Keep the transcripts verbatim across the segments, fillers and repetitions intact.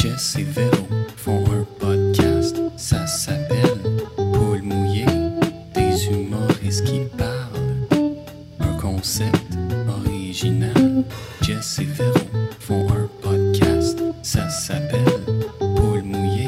Jess et Véro font un podcast, ça s'appelle Poule mouillée, des humoristes qui parlent. Un concept original. Jess et Véro font un podcast, ça s'appelle Poule mouillée,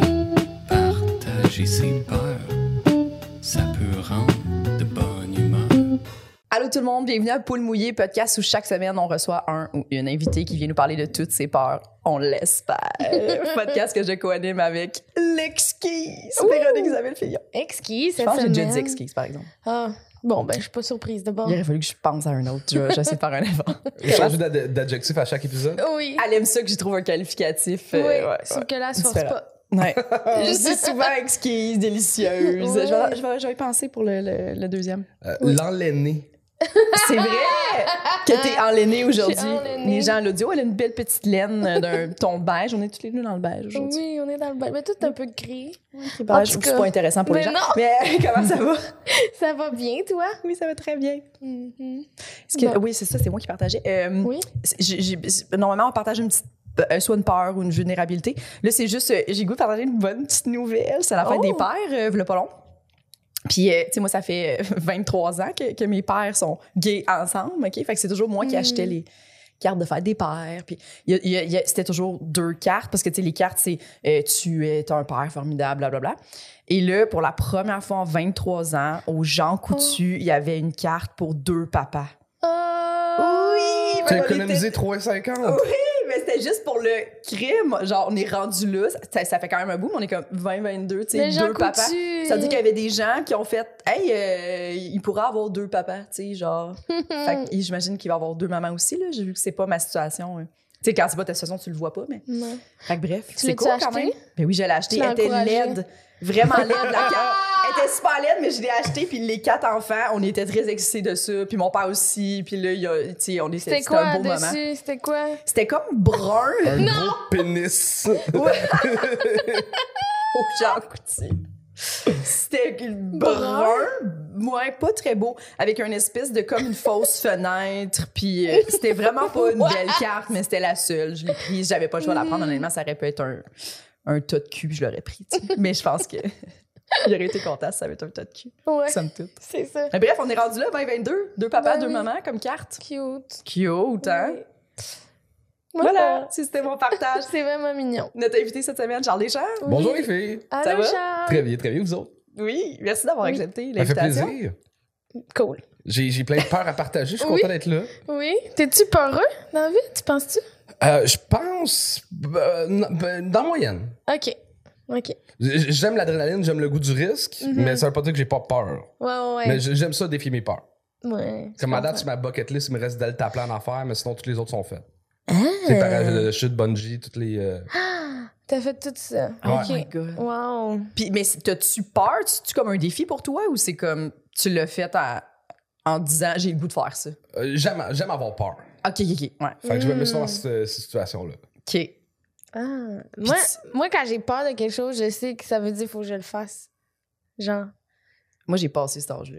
partager ses peurs, ça peut rendre de bonne humeur. Allô tout le monde, bienvenue à Poule mouillée, podcast où chaque semaine on reçoit un ou une invitée qui vient nous parler de toutes ses peurs. On l'espère. Podcast que je co-anime avec l'exquise Véronique Isabelle Fillon. Exquise, Je cette pense que j'ai semaine. déjà dit exquise, par exemple. Ah, bon, ben, je suis pas surprise de bord. Il aurait fallu que je pense à un autre. Je vais- J'essaie de faire un effort. Changer d'ad- d'adjectif à chaque épisode. Oui. Elle aime ça que j'y trouve un qualificatif. euh, oui, ouais, sauf ouais. que là, elle se force Différent. pas. Ouais. Je suis souvent exquise, délicieuse. Ouais. Je, vais, je, vais, je vais y penser pour le, le, le deuxième. Euh, L'enlainé. C'est vrai que t'es enlainée aujourd'hui. Je suis enlainée. Les gens à l'audio, elle a une belle petite laine euh, d'un ton beige. On est toutes les deux dans le beige aujourd'hui. Oui, on est dans le bain. Mais tout est un peu gris. C'est En beige. tout C'est cas. pas intéressant pour les Mais gens. non. Mais euh, comment ça va? Ça va bien, toi? Oui, ça va très bien. Mhm. Est-ce que- Bon. Oui, c'est ça, c'est moi qui partageais. Euh, Oui. c'est- j'ai- j'ai- normalement, on partage une petite euh, soit une peur ou une vulnérabilité. Là, c'est juste, euh, j'ai le goût de partager une bonne petite nouvelle. C'est la fête Oh. des pères, euh, v'là pas long. Puis, euh, tu sais, moi, ça fait euh, vingt-trois ans que, que mes pères sont gays ensemble, OK? Fait que c'est toujours moi qui Mm. achetais les cartes de fête des pères. Puis, il y a- il y a- il y a- c'était toujours deux cartes parce que, tu sais, les cartes, c'est euh, tu es un père formidable, blablabla. Et là, pour la première fois en vingt-trois ans, au Jean Coutu, il y avait une carte pour deux papas. Ah! Oui! Tu mais as on économisé était- trois cinquante. Oui, mais c'était juste pour le crime. Genre, on est rendu là. Ça, ça fait quand même un bout, mais on est comme vingt vingt-deux, tu sais, Les gens deux papas. coutus. Ça veut dire qu'il y avait des gens qui ont fait « Hey, euh, il pourrait avoir deux papas, tu sais, genre... » Fait que j'imagine qu'il va avoir deux mamans aussi, là. J'ai vu que c'est pas ma situation. hein. Tu sais, quand c'est pas ta situation, tu le vois pas, mais... Non. Fait que bref, Tu c'est l'as-tu cool quand acheté? même. Mais oui, je l'ai acheté. Tu l'as Elle était encouragé? laide. Vraiment laide, la carte. Elle était super laide, mais je l'ai acheté. Puis les quatre enfants, on était très excités de ça. Puis mon père aussi. Puis là, il y a- tu sais, on était... C'était C'était quoi un beau moment. dessus? C'était quoi? C'était comme brun. Un gros pénis. Ouais. Au Jean Coutu. C'était brun, ouais, pas très beau, avec une espèce de comme une fausse fenêtre. Puis euh, c'était vraiment pas une belle carte, mais c'était la seule. Je l'ai prise, j'avais pas le choix de la prendre. Honnêtement, ça aurait pu être un, un tas de cul, je l'aurais pris. tu sais. Mais je pense que il aurait été content si ça avait été un tas de cul, Ouais. somme toute. C'est ça. Mais bref, on est rendu là, vingt vingt-deux. Deux papas, Ben deux oui. mamans comme carte. Cute. Cute, hein? Oui. Voilà, c'était mon partage. C'est vraiment mignon. Notre invité cette semaine, Charles Deschamps. Bonjour Oui. les filles. Allô, Ça va? Charles? Très bien, très bien, vous autres. Oui, merci d'avoir Oui. accepté Ça fait l'invitation. plaisir. Cool. J'ai j'ai plein de peurs à partager. Je suis Oui. content d'être là. Oui. T'es-tu peureux dans la vie? Tu penses-tu? Euh, je pense. euh, non, ben, dans la moyenne. OK. OK. J- J'aime l'adrénaline, j'aime le goût du risque, Mhm. mais ça veut pas dire que j'ai pas peur. Ouais, ouais, ouais. Mais j- j'aime ça défier mes peurs. Ouais. je Comme à date, comprends. sur ma bucket list, il me reste deltaplan à faire, mais sinon, toutes les autres sont faites. Ah! C'est parachute, bungee, toutes les. euh, Ah! T'as fait tout ça. Oh OK. my God. Wow. Puis, mais c'est- t'as-tu peur? C'est-tu comme un défi pour toi ou c'est comme tu l'as fait à- en disant j'ai le goût de faire ça? euh, J'aime j'aime avoir peur. OK, OK, OK. Ouais. Fait que je me mets souvent Mm. dans cette, cette situation-là. OK. Ah. Moi, tu- moi, quand j'ai peur de quelque chose, je sais que ça veut dire qu'il faut que je le fasse. Genre. Moi, j'ai passé cet âge-là.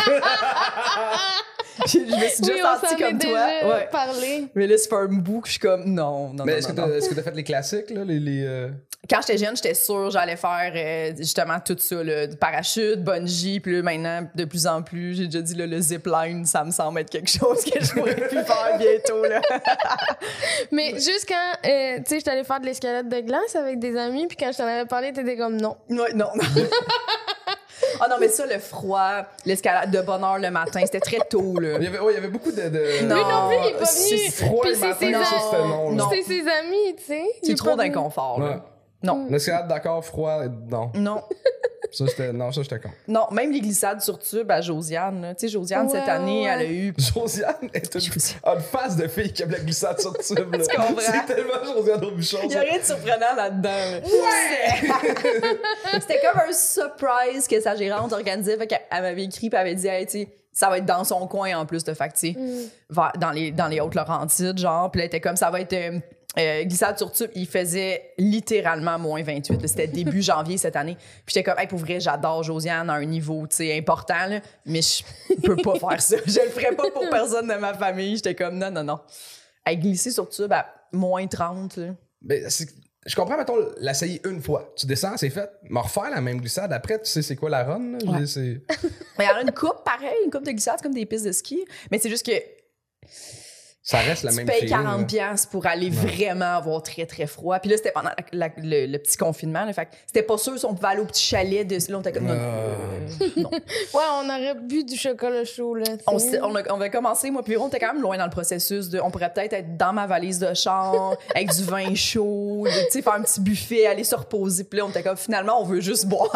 je me suis déjà Oui, on sentie s'en comme est toi. déjà Ouais. parlé. Mais là, c'est pas un bout que je suis comme non, non, Mais non, est-ce que non, non. t'as est-ce que t'as fait les classiques, là, les. les euh, Quand j'étais jeune, j'étais sûre que j'allais faire euh, justement tout ça, là, du parachute, bungee, puis là, maintenant, de plus en plus, j'ai déjà dit là, le zipline, ça me semble être quelque chose que je pourrais plus faire bientôt. Là. Mais juste quand, euh, tu sais, j'étais allée faire de l'escalade de glace avec des amis, puis quand je t'en avais parlé, t'étais comme non. Ouais, non, non. Ah non, mais ça, le froid, l'escalade de bonne heure le matin, c'était très tôt, là. Il y avait, ouais, il y avait beaucoup de. de... Non. Lui non plus, il est pas c'est venu. Froid Puis le c'est matin, ses ça, amis. c'était non. là. Non. C'est ses amis, tu sais. Il C'est est trop pas venu. d'inconfort, là. Ouais. Non, L'escalade, d'accord, froid, non. non. Ça, j'étais. Non, ça, j'étais con. Non, même les glissades sur tube à Josiane. là. Tu sais, Josiane, Ouais, cette année, ouais. elle a eu... Josiane est une, une face de fille qui aime la glissade sur tube. là. Tu comprends? C'est tellement Josiane Aubuchon. Il n'y a ça. rien de surprenant là-dedans. là. C'est- C'était comme un surprise que sa gérante organisait. Fait qu'elle elle m'avait écrit et elle avait dit, hey, tu sais, ça va être dans son coin en plus de fait, tu sais, Mm. vers- dans les, dans les Hautes-Laurentides, genre. Puis là, elle était comme, ça va être euh, euh, glissade sur tube. Il faisait littéralement moins vingt-huit. là. C'était début janvier cette année. Puis j'étais comme, hey, pour vrai, j'adore Josiane à un niveau, tu sais, important, là, mais je peux pas faire ça. Je le ferais pas pour personne de ma famille. J'étais comme, non, non, non. Elle glissait sur tube à moins trente, là. Mais c'est- je comprends, mettons, l'essayer une fois. Tu descends, c'est fait. Mais refaire la même glissade, après, tu sais c'est quoi la run, là? Je veux Ouais. dire, c'est... Mais il y en a une coupe, pareil, une coupe de glissade, comme des pistes de ski. Mais c'est juste que Ça reste la tu même payes feeling, là. quarante piastres pour aller vraiment avoir très, très froid. Puis là, c'était pendant la- la- le, le petit confinement. Là, fait que c'était pas sûr si on pouvait aller au petit chalet. De, là, on était comme... non, Ah. euh, non. Ouais, on aurait bu du chocolat chaud, là. tu On, sais. s'est- on, a, on avait commencé, moi puis on était quand même loin dans le processus de... On pourrait peut-être être dans ma valise de char, avec du vin chaud, de, tu sais, faire un petit buffet, aller se reposer. Puis là, on était comme, finalement, on veut juste boire.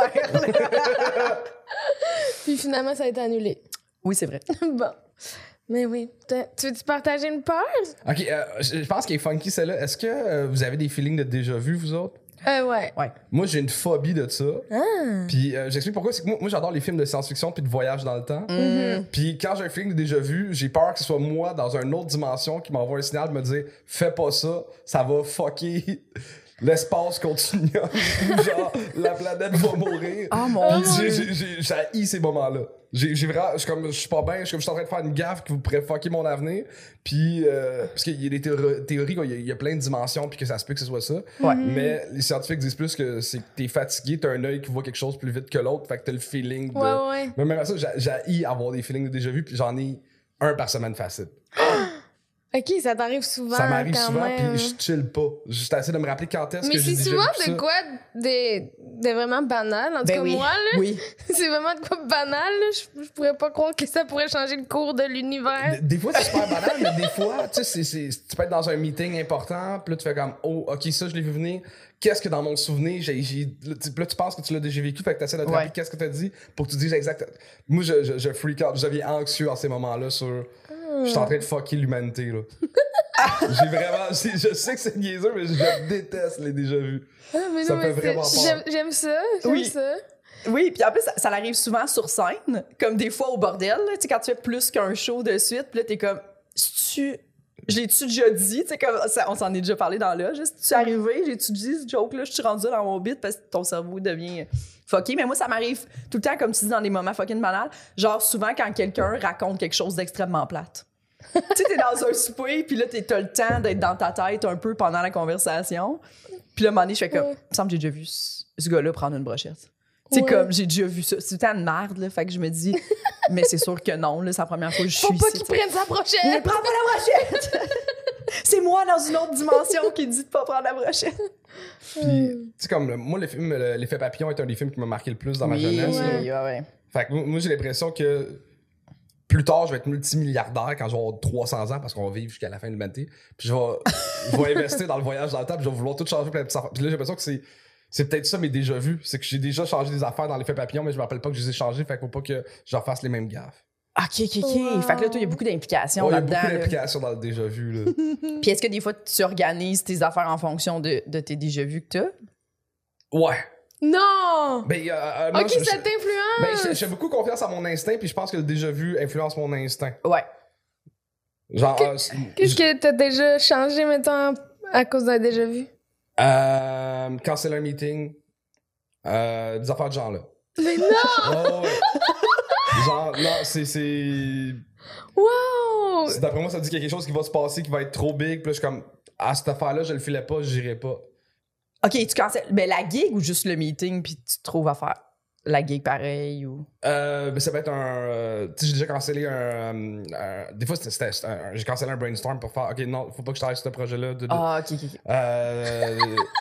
Puis finalement, ça a été annulé. Oui, c'est vrai. Bon. Mais oui. T'as- Tu veux-tu partager une peur? OK, euh, je je pense qu'il est funky, celle-là. Est-ce que euh, vous avez des feelings de déjà-vu, vous autres? Euh, ouais. Moi, j'ai une phobie de ça. Ah. Puis euh, j'explique pourquoi. C'est que moi, moi, j'adore les films de science-fiction puis de voyage dans le temps. Mm. Puis quand j'ai un feeling de déjà-vu, j'ai peur que ce soit moi dans une autre dimension qui m'envoie un signal de me dire « Fais pas ça, ça va fucker l'espace continue. Genre, la planète va mourir. Oh mon Puis j'ai- j'ai- j'ai- j'haïs ces moments-là. J'ai j'ai vraiment... Je suis comme... Je suis pas bien. Je suis comme... Je suis en train de faire une gaffe qui pourrait fucker mon avenir. Puis... Euh, parce qu'il y a des théories... théories qu'il y a- il y a plein de dimensions puis que ça se peut que ce soit ça. Ouais. Mais les scientifiques disent plus que c'est que t'es fatigué, t'as un œil qui voit quelque chose plus vite que l'autre. Fait que t'as le feeling de... Ouais, ouais. Mais même à ça, j'ai- j'haïs avoir des feelings de déjà-vu. Puis j'en ai un par semaine facile. OK, ça t'arrive souvent. Ça m'arrive quand souvent, même. puis je chill pas. Juste essayer de me rappeler quand est-ce Mais que j'ai c'est déjà souvent vu de ça. quoi de, de vraiment banal. En tout Ben cas, oui. moi, là, Oui. c'est vraiment de quoi de banal. là. Je, je pourrais pas croire que ça pourrait changer le cours de l'univers. Des, des fois, c'est super banal, mais des fois, tu sais, c'est- c'est- tu peux être dans un meeting important, puis là, tu fais comme, oh, OK, ça, je l'ai vu venir. Qu'est-ce que dans mon souvenir, j'ai. j'ai- Là, tu là, tu penses que tu l'as déjà vécu, fait que tu essaies de te rappeler Ouais. qu'est-ce que tu as dit pour que tu dises exact. Moi, je, je, je freak out, je deviens anxieux en ces moments-là sur. Je suis en train de fucker l'humanité, là. J'ai vraiment. j'ai- Je sais que c'est niaiseux, mais je déteste les déjà-vus. Ah, mais Ça non, fait mais c'est- vraiment peur. J'aime, j'aime ça. J'aime Oui. ça. Oui, puis en plus, ça, ça arrive souvent sur scène, comme des fois au bordel, là, tu sais, quand tu fais plus qu'un show de suite, puis là, t'es comme, tu je l'ai-tu déjà dit, tu sais, comme, ça, on s'en est déjà parlé dans là, juste, tu arrivé, j'ai-tu dit ce joke-là, je suis rendu dans mon beat parce que ton cerveau devient fucké, mais moi, ça m'arrive tout le temps, comme tu dis, dans des moments fucking banals, genre souvent quand quelqu'un raconte quelque chose d'extrêmement plate. Tu sais, t'es dans un souper, puis là, t'es- t'as le temps d'être dans ta tête un peu pendant la conversation, puis là, à un moment donné, je fais comme, Ouais. il me semble que j'ai déjà vu ce, ce gars-là prendre une brochette. C'est Ouais. comme, j'ai déjà vu ça. C'est tout le temps de merde, là. Fait que je me dis, mais c'est sûr que non, là. C'est la première fois que je Faut suis pas ici. qu'il tu sais. prenne sa Mais brochette. prends pas la brochette! C'est moi dans une autre dimension qui dit de pas prendre la brochette. Puis, tu sais, comme, le- moi, le film le- L'effet papillon est un des films qui m'a marqué le plus dans ma jeunesse. là. oui, ouais, ouais. Fait que moi, moi, j'ai l'impression que plus tard, je vais être multimilliardaire quand je vais avoir trois cents ans parce qu'on va vivre jusqu'à la fin de l'humanité. Puis je vais, je vais investir dans le voyage dans le temps, puis je vais vouloir tout changer plein de petites affaires. Puis là, j'ai l'impression que c'est, c'est peut-être ça, mais déjà vu. C'est que j'ai déjà changé des affaires dans l'effet papillon, mais je me rappelle pas que je les ai changées. Fait qu'il faut pas que je refasse les mêmes gaffes. OK, OK, OK. Wow. Fait que là, toi, il y a beaucoup d'implications Ouais, il y a là-dedans. beaucoup là. d'implications dans le déjà vu. Là. Puis est-ce que des fois, tu organises tes affaires en fonction de, de tes déjà-vus que t'as? Ouais. Non! Ben, euh, euh, moi, OK, je- ça je- t'influence! ben, j'ai- j'ai beaucoup confiance à mon instinct, puis je pense que le déjà vu influence mon instinct. Ouais. Genre, euh, c'est- Qu'est-ce que t'as déjà changé, mettons, à cause d'un déjà vu? Euh, canceller un meeting. Euh, des affaires de genre là. Mais non! Oh, ouais. Genre, non, c'est. c'est... Wow! c'est- D'après moi, ça dit qu'il y a quelque chose qui va se passer qui va être trop big. Puis là, je suis comme, à cette affaire-là, je le filais pas, j'irai pas. OK, tu cancelles. Ben, la gig ou juste le meeting, puis tu te trouves à faire la gig pareil ou. Euh, ben, ça peut être un. euh, tu sais, j'ai déjà cancellé un. euh, un- des fois, c'était. c'était- c'était un- j'ai cancellé un brainstorm pour faire, OK, non, faut pas que je travaille sur ce projet-là. de- de- Ah, OK, OK, OK. Euh,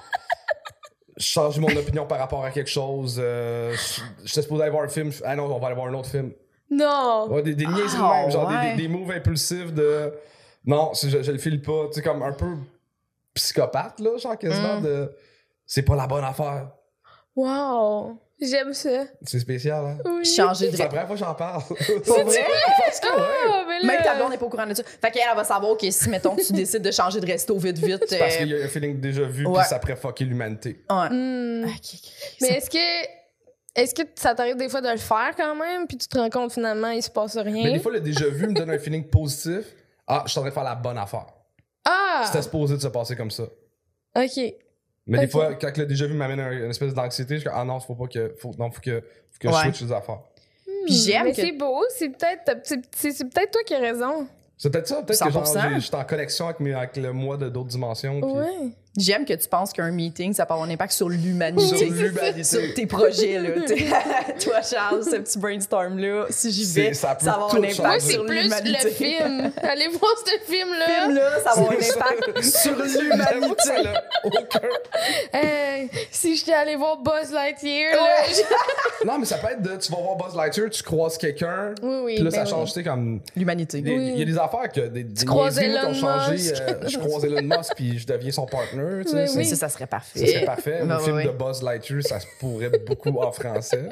changer mon opinion par rapport à quelque chose. Euh, je- J'étais supposé aller voir un film. Ah non, on va aller voir un autre film. Non! Ouais, des, des niaiseries de Ah, même, genre des- ouais. des, des moves impulsifs de. Non, c'est- je, je le file pas. Tu sais, comme un peu psychopathe, là, genre quasiment Mm. de. C'est pas la bonne affaire. Wow! J'aime ça. C'est spécial, hein? Oui. Changer de. C'est la première fois que j'en parle. Pour vrai? Parce que, ouais. Ah, mais là... Même ta blonde n'est pas au courant de ça. Fait qu'elle, elle va savoir que si, mettons, tu décides de changer de resto vite, vite. C'est parce euh, qu'il y a un feeling déjà vu, Ouais. puis ça pourrait fucker l'humanité. Ouais. Hmm. Ok, ok, ok. Mais Ça- est-ce que... Est-ce que ça t'arrive des fois de le faire quand même, puis tu te rends compte finalement il se passe rien? Mais des fois, le déjà vu me donne un feeling positif. Ah, je suis en train de faire la bonne affaire. Ah! C'était supposé de se passer comme ça. OK. Mais des Ok. fois, quand le déjà vu m'amène un- une espèce d'anxiété, je suis comme, ah non, faut pas que. Faut, non, faut que, faut que je Ouais. switch les affaires. Puis j'aime Mais que- c'est beau, c'est peut-être c'est, c'est- c'est peut-être toi qui as raison. C'est peut-être ça, peut-être que genre, cent pour cent. j'ai- j'étais en connexion avec, mes, avec le moi de d'autres dimensions. Puis Ouais. J'aime que tu penses qu'un meeting, ça peut avoir un impact sur l'humanité. Sur l'humanité. Sur tes projets, là. Toi, Charles, ce petit brainstorm-là, si j'y vais, ça, ça va avoir tout un impact Moi, changer. c'est sur plus l'humanité. le film. Allez voir ce film-là. Film-là, ça va avoir un impact sur J'avoue que ça l'humanité. n'a aucun... Hey, si j'étais allée voir Buzz Lightyear, là, je- Non, mais ça peut être de... Tu vas voir Buzz Lightyear, tu croises quelqu'un, Oui, oui. puis là, ben ça oui. change, tu sais, comme... L'humanité. Il y a- Oui. il y a des affaires que des, des croises niaiseries, moi, qui ont Elon changé. Musk. euh, je croise Elon Musk puis je deviens son partner. Tu sais, Oui, c'est- oui. Ça, ça serait parfait. Ça serait parfait. Ben Le ouais, film ouais. de Buzz Lightyear, ça se pourrait beaucoup en français.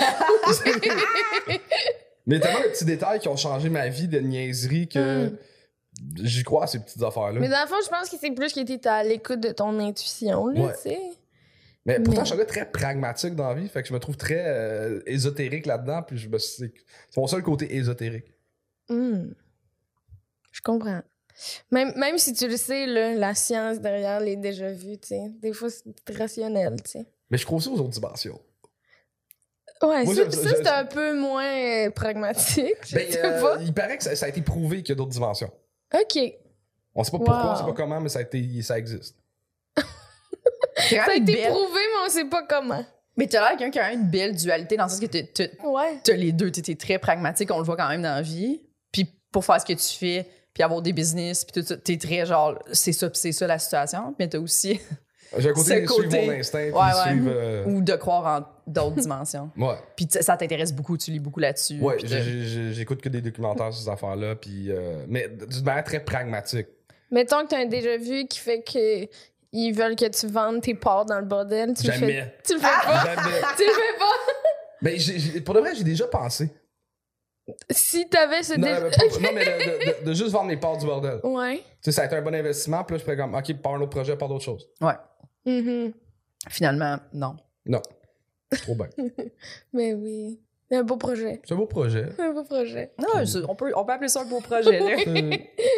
Mais tellement de petits détails qui ont changé ma vie de niaiserie que Mm. j'y crois à ces petites affaires-là. Mais Mais, dans le fond, je pense que c'est plus que t'es à l'écoute de ton intuition, là, Ouais. tu sais. pourtant, Mais- je suis un gars très pragmatique dans la vie, fait que je me trouve très euh, ésotérique là-dedans, puis je me c'est c'est mon seul côté ésotérique. Hmm. Je comprends. Même, même si tu le sais, là, la science derrière les déjà vus, tu sais. Des fois, c'est rationnel, tu sais. Mais je crois aussi aux autres dimensions. Ouais, Moi, ça, je- ça, je- c'est un peu moins euh, pragmatique. Je Ben, sais euh, pas. il paraît que ça, ça a été prouvé qu'il y a d'autres dimensions. OK. On sait pas pourquoi, Wow. on sait pas comment, mais ça, a été, ça existe. C'est quand Ça a même été belle. prouvé, mais on sait pas comment. Mais t'as l'air quelqu'un qui a une belle dualité dans le sens que t'as- t'as Ouais. t'as les deux. T'es t'es très pragmatique, on le voit quand même dans la vie. Puis pour faire ce que tu fais, puis avoir des business, puis tout ça, t'es très genre, c'est ça, puis c'est ça la situation. Mais t'as aussi, J'ai un côté Ce de suivre côté- mon instinct, puis Ouais, ouais. suivre... euh, ou de croire en d'autres dimensions. Ouais, Puis t- ça t'intéresse beaucoup, tu lis beaucoup là-dessus. ouais puis j'ai- t'as- j'ai- j'écoute que des documentaires sur ces affaires-là, puis... euh, mais d'une manière très pragmatique. Mettons que t'as un déjà vu qui fait que ils veulent que tu vendes tes parts dans le bordel. Tu le fais, Jamais. tu le fais pas. Jamais. Tu le fais pas. Ben, j'ai- j'ai- pour de vrai, j'ai déjà pensé. Si t'avais ce Non, déjà... mais, pas- non, mais de, de- de juste vendre mes parts du bordel. Ouais. Tu sais, ça a été un bon investissement, puis là, je pourrais comme, OK, par un autre projet, par d'autres choses. Ouais. Mhm. Finalement, non. Non. C'est trop bien. Mais oui. C'est un beau projet. C'est un beau projet. Un beau projet. Non, c'est- on peut, on peut appeler ça un beau projet, là. Euh,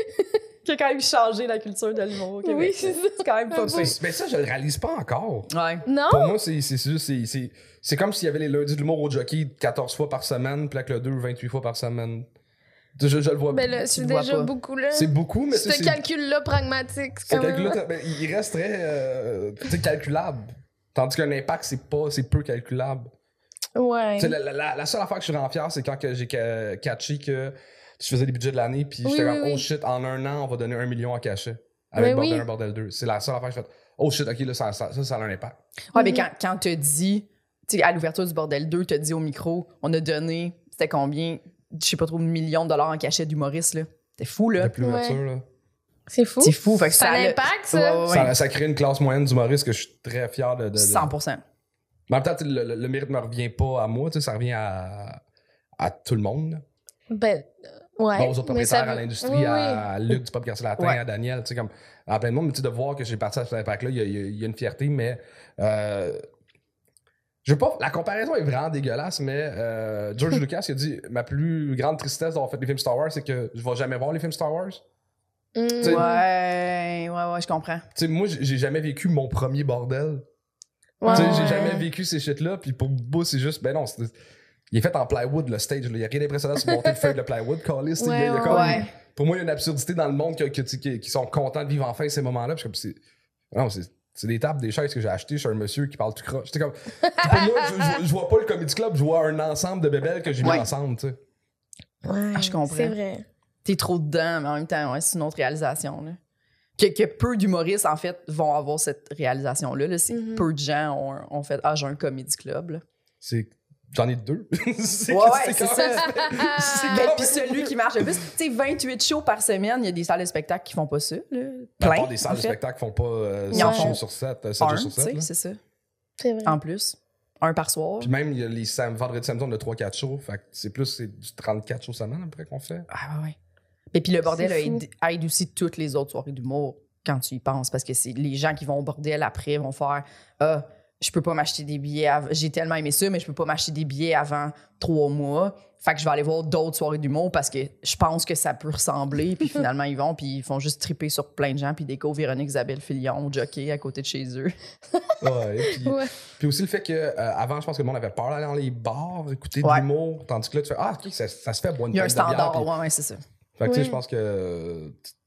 Qui a quand même changé la culture de l'humour au Québec. Oui, c'est ça. C'est quand même pas Un pire. mais, mais ça, je le réalise pas encore. Ouais. Non? Pour moi, c'est c'est juste- c'est- c'est- c'est comme s'il y avait les lundis de l'humour au jockey quatorze fois par semaine, puis là, que le deux, vingt-huit fois par semaine. Je, je le vois. Ben là, Tu c'est le vois déjà pas. beaucoup, là. C'est beaucoup, mais c'est. Ce c'est- calcul-là pragmatique, c'est ce quand même... calcul-là, ben, il reste très euh, tu sais, calculable. Tandis qu'un impact, c'est pas, c'est peu calculable. Ouais. Tu sais, La, la- la- la seule affaire que je suis vraiment fier, c'est quand que j'ai ca- catché que je faisais les budgets de l'année, puis Oui, j'étais oui, comme, oui. oh shit, en un an, on va donner un million en cachet. Avec Mais Bordel oui. un, Bordel deux. C'est la seule affaire que j'ai fait. Oh shit, ok, là, ça, ça, ça, ça a un impact. Ouais, mais Mhm. quand, quand t'as dit, tu sais, à l'ouverture du Bordel deux, t'as dit au micro, on a donné, c'était combien, je sais pas trop, millions de dollars en cachet d'humoriste, là. C'était fou, là. Depuis l'ouverture, là. C'est fou. C'est fou. Fait que Ça ça a a l'impact, ça? Ouais, ouais, ouais. Ça, ça crée une classe moyenne d'humoristes que je suis très fier de. de, de- cent pour cent. Mais en même temps, tu sais, le, le, le mérite ne me revient pas à moi, tu sais, ça revient à, à tout le monde. là. Ben, euh, ouais. Bon, aux autres mais ça propriétaires, à veut- l'industrie, Oui, oui. à Luc du Pop Quartier Latin, Ouais. à Daniel, tu sais, comme à plein de monde, mais tu sais, de voir que j'ai parti à cet impact-là, il y, a- il y a- il y a une fierté, mais euh, je veux pas. La comparaison est vraiment dégueulasse, mais euh, George Lucas il a dit ma plus grande tristesse d'avoir fait des films Star Wars, c'est que je vais jamais voir les films Star Wars. Mm. Tu sais, Ouais, ouais, ouais, je comprends. Tu sais, moi, j'ai j'ai jamais vécu mon premier bordel. Ouais, Tu sais, j'ai ouais. jamais vécu ces shit-là, puis pour Boo, c'est juste, ben non, c'est- il est fait en plywood, le stage, là. Il y a rien d'impressionnant sur monter le feuille de plywood, Callis, tu sais, il y a- il y a Ouais, comme- ouais. Pour moi, il y a une absurdité dans le monde que, que, tu sais, qui, qui sont contents de vivre enfin ces moments-là. Puis je suis comme, c'est, non, c'est, c'est des tables, des chaises que j'ai achetées chez un monsieur qui parle tout croche. J'étais comme, pour moi, je, je, je vois pas le comedy club, je vois un ensemble de bébelles que j'ai mis Ouais. ensemble, tu sais. Ouais, Ah, je comprends. C'est vrai. T'es trop dedans, mais en même temps, ouais, c'est une autre réalisation, là. Que, que peu d'humoristes, en fait, vont avoir cette réalisation-là. Là. C'est Mhm. peu de gens ont, ont fait « Ah, j'ai un comédie club. » là. C'est, j'en ai deux. c'est, Ouais, ouais, c'est c'est quand ça. même- c'est Ben, quand puis même- celui qui marche le plus, tu sais, vingt-huit shows par semaine, il y a des salles de spectacle qui font pas ça. Là. Ben, à Plein, part des salles en de fait. spectacle font pas euh, Ils en sept font jours sur sept, sept Un, jours sur tu sais, sept. là. c'est ça. C'est vrai. En plus. Un par soir. Puis même, il y a les sam- vendredis, samedi, on a trois quatre shows. Fait que c'est plus, c'est du trente-quatre shows semaine après qu'on fait. Ah, ouais, ouais. Et puis le bordel C'est fou. aide, aide aussi toutes les autres soirées d'humour quand tu y penses. Parce que c'est les gens qui vont au bordel après vont faire Ah, je peux pas m'acheter des billets. av- J'ai tellement aimé ça, mais je peux pas m'acheter des billets avant trois mois. Fait que je vais aller voir d'autres soirées d'humour parce que je pense que ça peut ressembler. Puis finalement, ils vont, puis ils font juste triper sur plein de gens. Puis déco Véronique Isabelle Filion, jockey à côté de chez eux. Ouais, puis, Ouais. puis aussi le fait que euh, avant je pense que le monde avait peur d'aller dans les bars, écouter de Ouais. l'humour, tandis que là tu fais ah ok ça, ça se fait boire une Il y a un pinte de bière, standard. puis- Ouais, ouais, c'est ça. Fait que tu sais Ouais. je pense que euh,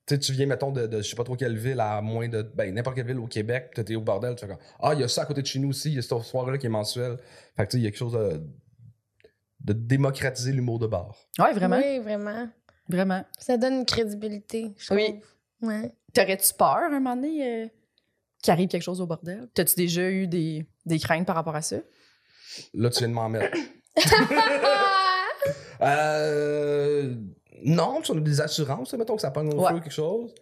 sais, tu viens, mettons, de, de je sais pas trop quelle ville à moins de. Ben, n'importe quelle ville au Québec, tu t'es au bordel, tu fais comme ah, il y a ça à côté de chez nous aussi, il y a cette soirée-là qui est mensuelle. Fait que tu sais, il y a quelque chose de, de démocratiser l'humour de bar. Ouais, vraiment. Oui, vraiment. Vraiment. Ça donne une crédibilité, je trouve. Oui. Ouais. T'aurais-tu peur un moment donné euh, qu'il arrive quelque chose au bordel? T'as-tu déjà eu des, des craintes par rapport à ça? Là, tu viens de m'en mettre. euh. Non, tu as des assurances, mettons que ça pogne au Ouais. feu ou quelque chose.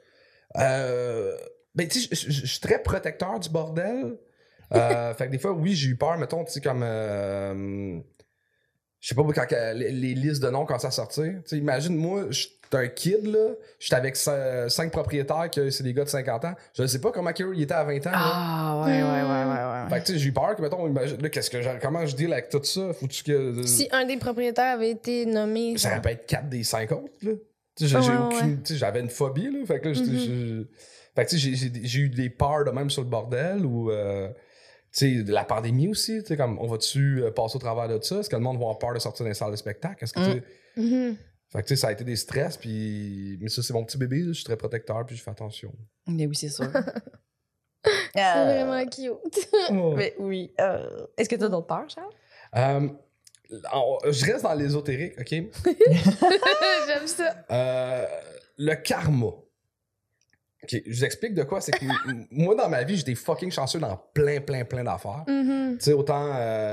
Euh. Ben, tu sais, je- je je suis très protecteur du bordel. Euh, fait que des fois, oui, j'ai eu peur, mettons, tu sais, comme. Euh, je sais pas, quand que les, les listes de noms commencent à sortir. Tu sais, imagine, moi, je suis un kid, là. J'étais avec cin- cinq propriétaires, que c'est des gars de cinquante ans. Je sais pas comment eux, ils étaient à vingt ans. là. Ah, ouais, ouais, ouais, ouais, ouais. Fait que, tu sais, j'ai eu peur que, mettons, imagine, là, qu'est-ce que j'ai- comment je deal avec tout ça? Faut-tu que. Si un des propriétaires avait été nommé. Ça aurait pu être quatre des cinq autres, là. Tu sais, j'ai, j'ai Ouais, aucune- ouais. tu sais, j'avais une phobie, là. Fait que là, j'étais- Mhm. je- fait que, tu sais, j'ai, j'ai, j'ai eu des peurs de même sur le bordel ou. Euh, tu sais, de la pandémie aussi, tu sais, comme on va-tu euh, passer au travers de ça? Est-ce que le monde va avoir peur de sortir dans les salles de spectacle? Est-ce que, tu sais, Mhm. fait que, tu sais, ça a été des stress, puis. Mais ça, c'est mon petit bébé, là, je suis très protecteur, puis je fais attention. Mais oui, c'est sûr. C'est Euh, vraiment cute. Mais oui. euh, Est-ce que t'as d'autres peurs, Charles? Euh, on- je reste dans l'ésotérique, OK? J'aime ça. Euh, le karma. OK, je vous explique de quoi. C'est que m- moi, dans ma vie, j'étais fucking chanceux dans plein, plein, plein d'affaires. Mhm. Tu sais, autant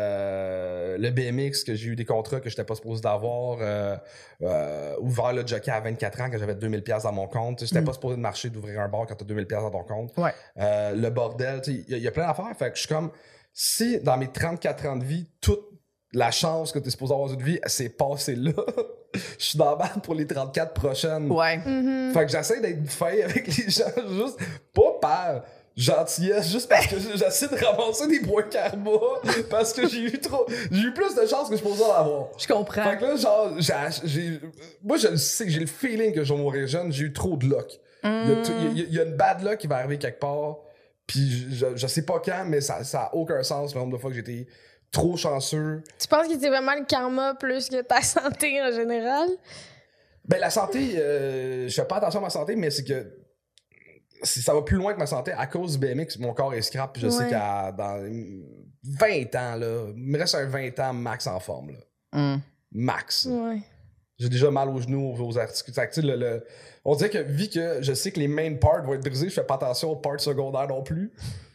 euh, le B M X, que j'ai eu des contrats que j'étais pas supposé d'avoir, euh, euh, ouvert le jockey à vingt-quatre ans quand j'avais deux mille dollars dans mon compte. Tu sais, j'étais Mm. pas supposé de marcher d'ouvrir un bar quand t'as deux mille dollars dans ton compte. Ouais. Euh, le bordel, tu sais, il y, a- il y a plein d'affaires. Fait que je suis comme, si dans mes trente-quatre ans de vie, toute la chance que t'es supposé avoir d'une vie, c'est passé là, je suis dans la merde pour les trente-quatre prochaines. Ouais. Mhm. Fait que j'essaie d'être fin avec les gens, juste pas par gentillesse, juste parce que j'essaie de ramasser des points karma, parce que j'ai eu trop, j'ai eu plus de chance que je posais en avoir. Je comprends. Fait que là, genre, j'ai, j'ai- moi je le sais, j'ai le feeling que je vais mourir jeune, j'ai eu trop de luck. Il, y a tout- il y a- il y a une bad luck qui va arriver quelque part, puis je, je sais pas quand, mais ça, ça a aucun sens le nombre de fois que j'ai été trop chanceux. Tu penses que c'est vraiment le karma plus que ta santé en général? Ben, la santé, euh, je fais pas attention à ma santé, mais c'est que c'est- ça va plus loin que ma santé à cause du B M X. Mon corps est scrap, puis je sais Ouais. qu'à dans vingt ans, là, il me reste un vingt ans max en forme. Là. Mm. Max. Ouais. J'ai déjà mal aux genoux, aux articulations. Fait que, tu sais, le- le- on dirait que, vu que je sais que les main parts vont être brisés, je fais pas attention aux parts secondaires non plus.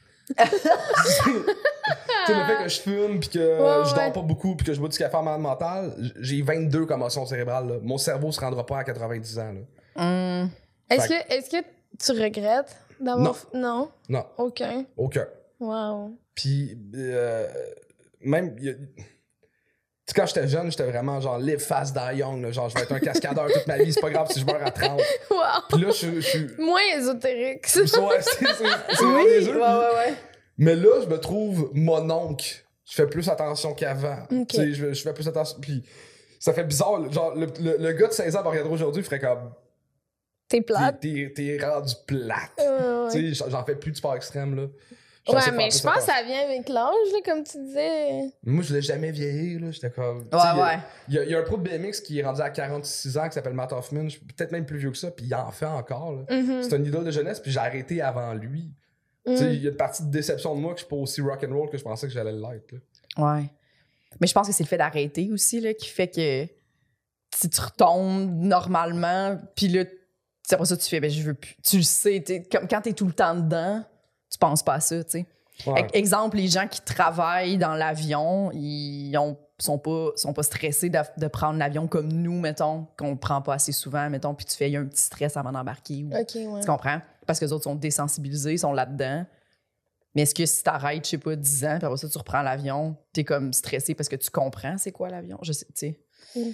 Tu sais, le fait que je fume, puis que Ouais, je ouais. dors pas beaucoup, puis que je bois du café en malade mental, j'ai vingt-deux commotions cérébrales. Là. Mon cerveau se rendra pas à quatre-vingt-dix ans. Là. Mm. Est-ce Fait que, est-ce que tu regrettes d'avoir. Non. f- Non? Non, Aucun. aucun. Wow. Puis, euh, même, y a- tu sais, quand j'étais jeune, j'étais vraiment genre live fast, die young. Là, genre, je vais être un cascadeur toute ma vie, c'est pas grave si je meurs à trente. Wow. Puis là, je je suis. Moins ésotérique, ça. Ouais, c'est c'est- c'est Oui, vraiment des ouais, eux, ouais, ouais. Mais là, je me trouve mon oncle. Je fais plus attention qu'avant. Ok. Tu sais, je, je fais plus attention. Puis ça fait bizarre. là, Genre, le, le, le gars de seize ans me regarderait aujourd'hui, il ferait comme. T'es T'es, plate. t'es, t'es rendu plate. Euh, ouais. Tu sais, j'en- j'en fais plus de sport extrême, là. Je suis Ouais, censé faire mais plus je pense que attention. ça vient avec l'âge, là, comme tu disais. Mais moi, je voulais jamais vieillir, là. J'étais comme. tu sais, Ouais, il y a- ouais. Il y, a, il y a un pro de B M X qui est rendu à quarante-six ans qui s'appelle Matt Hoffman. Je suis peut-être même plus vieux que ça, puis il en fait encore, là. Mhm. C'est un idole de jeunesse, puis j'ai arrêté avant lui. Tu sais, Mhm. il y a une partie de déception de moi que je suis pas aussi rock'n'roll que je pensais que j'allais l'être, là. Ouais. Mais je pense que c'est le fait d'arrêter aussi là, qui fait que si tu retombes normalement, puis là, c'est pour ça que tu fais, ben je veux plus. Tu le sais, t'es- comme quand t'es tout le temps dedans, tu penses pas à ça, tu sais. Ouais. E- Exemple, les gens qui travaillent dans l'avion, ils ont, sont, pas, sont pas stressés de, de prendre l'avion comme nous, mettons, qu'on le prend pas assez souvent, mettons, puis tu fais, il y a un petit stress avant d'embarquer. Ou, Ok, ouais. Tu comprends? Parce que les autres sont désensibilisés, ils sont là-dedans. Mais est-ce que si t'arrêtes, je sais pas, dix ans, puis après ça, tu reprends l'avion, t'es comme stressé parce que tu comprends c'est quoi l'avion? Je sais, tu sais. Mm.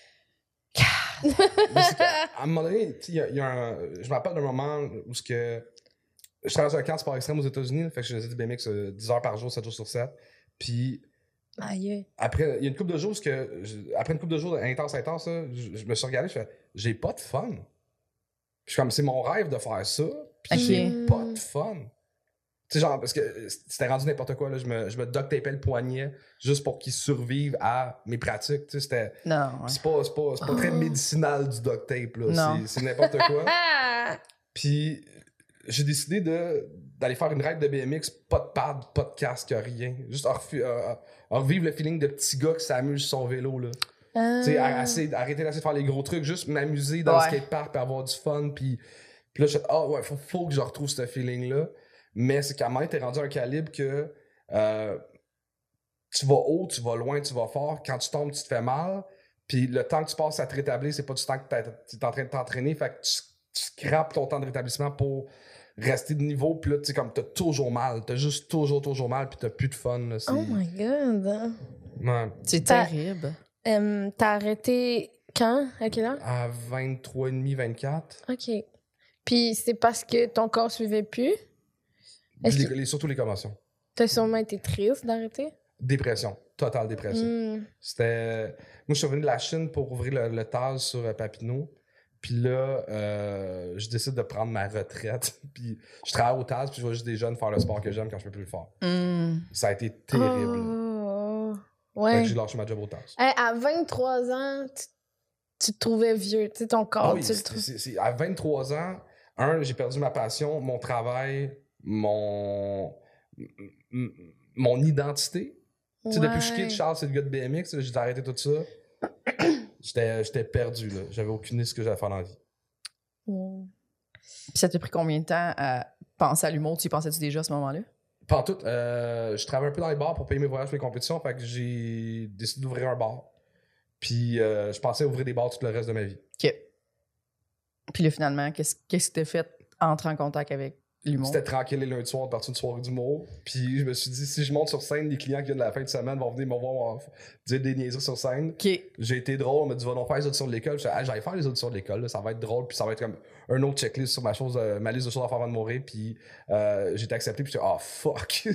Mais c'est qu'à- à un moment donné, tu sais, il y a- il y a un- je me rappelle d'un moment où ce que je travaillais dans un camp de sport extrême aux États-Unis, fait que je faisais du B M X euh, dix heures par jour, sept jours sur sept. Puis Aïe. après, il y a une couple de jours, où ce que je- après une couple de jours intense, intense, là, je, je me suis regardé, je fais, j'ai pas de fun. Puis je suis comme, c'est mon rêve de faire ça, puis Ok. j'ai pas de fun. Tu sais, genre, parce que c'était rendu n'importe quoi, là, je me, je me duct tapais le poignet juste pour qu'il survive à mes pratiques, tu sais, c'était... Non. ouais. C'est pas, c'est pas, c'est pas très Oh. médicinal du duct tape, là. Non. C'est, c'est n'importe quoi. Ah! Puis j'ai décidé de, d'aller faire une ride de B M X, pas de pad, pas de casque, rien. Juste à, refu- à- à revivre le feeling de petit gars qui s'amuse sur son vélo, là. Ah. Tu sais, à- essayer- arrêter d'essayer de faire les gros trucs, juste m'amuser dans Ouais. le skatepark puis avoir du fun. Puis, puis là, je suis ah ouais, faut, faut que je retrouve ce feeling-là. Mais c'est qu'à un moment, t'es rendu à un calibre que euh, tu vas haut, tu vas loin, tu vas fort. Quand tu tombes, tu te fais mal. Puis le temps que tu passes à te rétablir, c'est pas du temps que tu es en train de t'entraîner. Fait que tu, tu scrapes ton temps de rétablissement pour rester de niveau. Puis là, tu sais, comme t'as toujours mal. T'as juste toujours, toujours mal. Puis t'as plus de fun. Là, c'est... Oh my god. Ouais. C'est T'as- terrible. Euh, T'as arrêté quand? À quelle heure? À vingt-trois et demi, vingt-quatre. OK. Puis c'est parce que ton corps suivait plus? Est-ce Les- que les- surtout les commotions. t'as sûrement été triste d'arrêter? Dépression. Totale dépression. Hmm. C'était... Moi, je suis revenu de la Chine pour ouvrir le, le Taz sur euh, Papineau. Puis là, euh, je décide de prendre ma retraite. Puis je travaille au Taz, puis je vois juste des jeunes faire le sport que j'aime quand je peux plus le faire. Mm. Ça a été terrible. Oh. Fait Ouais. que j'ai lâché ma job au Taz. Hey, à vingt-trois ans, tu, tu te trouvais vieux. Tu sais, ton corps, Ah oui, tu le c'est, trouves. c'est- c'est- à vingt-trois ans, un, j'ai perdu ma passion, mon travail, mon, m- m- mon identité. Tu sais, depuis que je suis kid, Charles, c'est le gars de B M X, là, j'ai arrêté tout ça. J'étais, j'étais perdu, là. J'avais aucune idée de ce que j'allais faire dans la vie. Mm. Puis ça t'a pris combien de temps à penser à l'humour? Tu y pensais-tu déjà à ce moment-là? Pas tout. Euh, je travaillais un peu dans les bars pour payer mes voyages et mes compétitions, fait que j'ai décidé d'ouvrir un bar. Puis euh, je pensais ouvrir des bars tout le reste de ma vie. OK. Puis là, finalement, qu'est-ce qu'est-ce que t'as fait entrer en contact avec l'humour? C'était tranquille les lundis soirs, partir une soirée d'humour. Puis je me suis dit, si je monte sur scène, les clients qui viennent de la fin de semaine vont venir me voir euh, dire des niaiseries sur scène. OK. J'ai été drôle, on m'a dit, va donc faire les auditions de l'école. Je dit, ah, j'allais faire les auditions de l'école, là, ça va être drôle, puis ça va être comme un autre checklist sur ma, chose, euh, ma liste de choses à faire avant de mourir. Puis euh, j'ai été accepté, puis j'étais, oh fuck.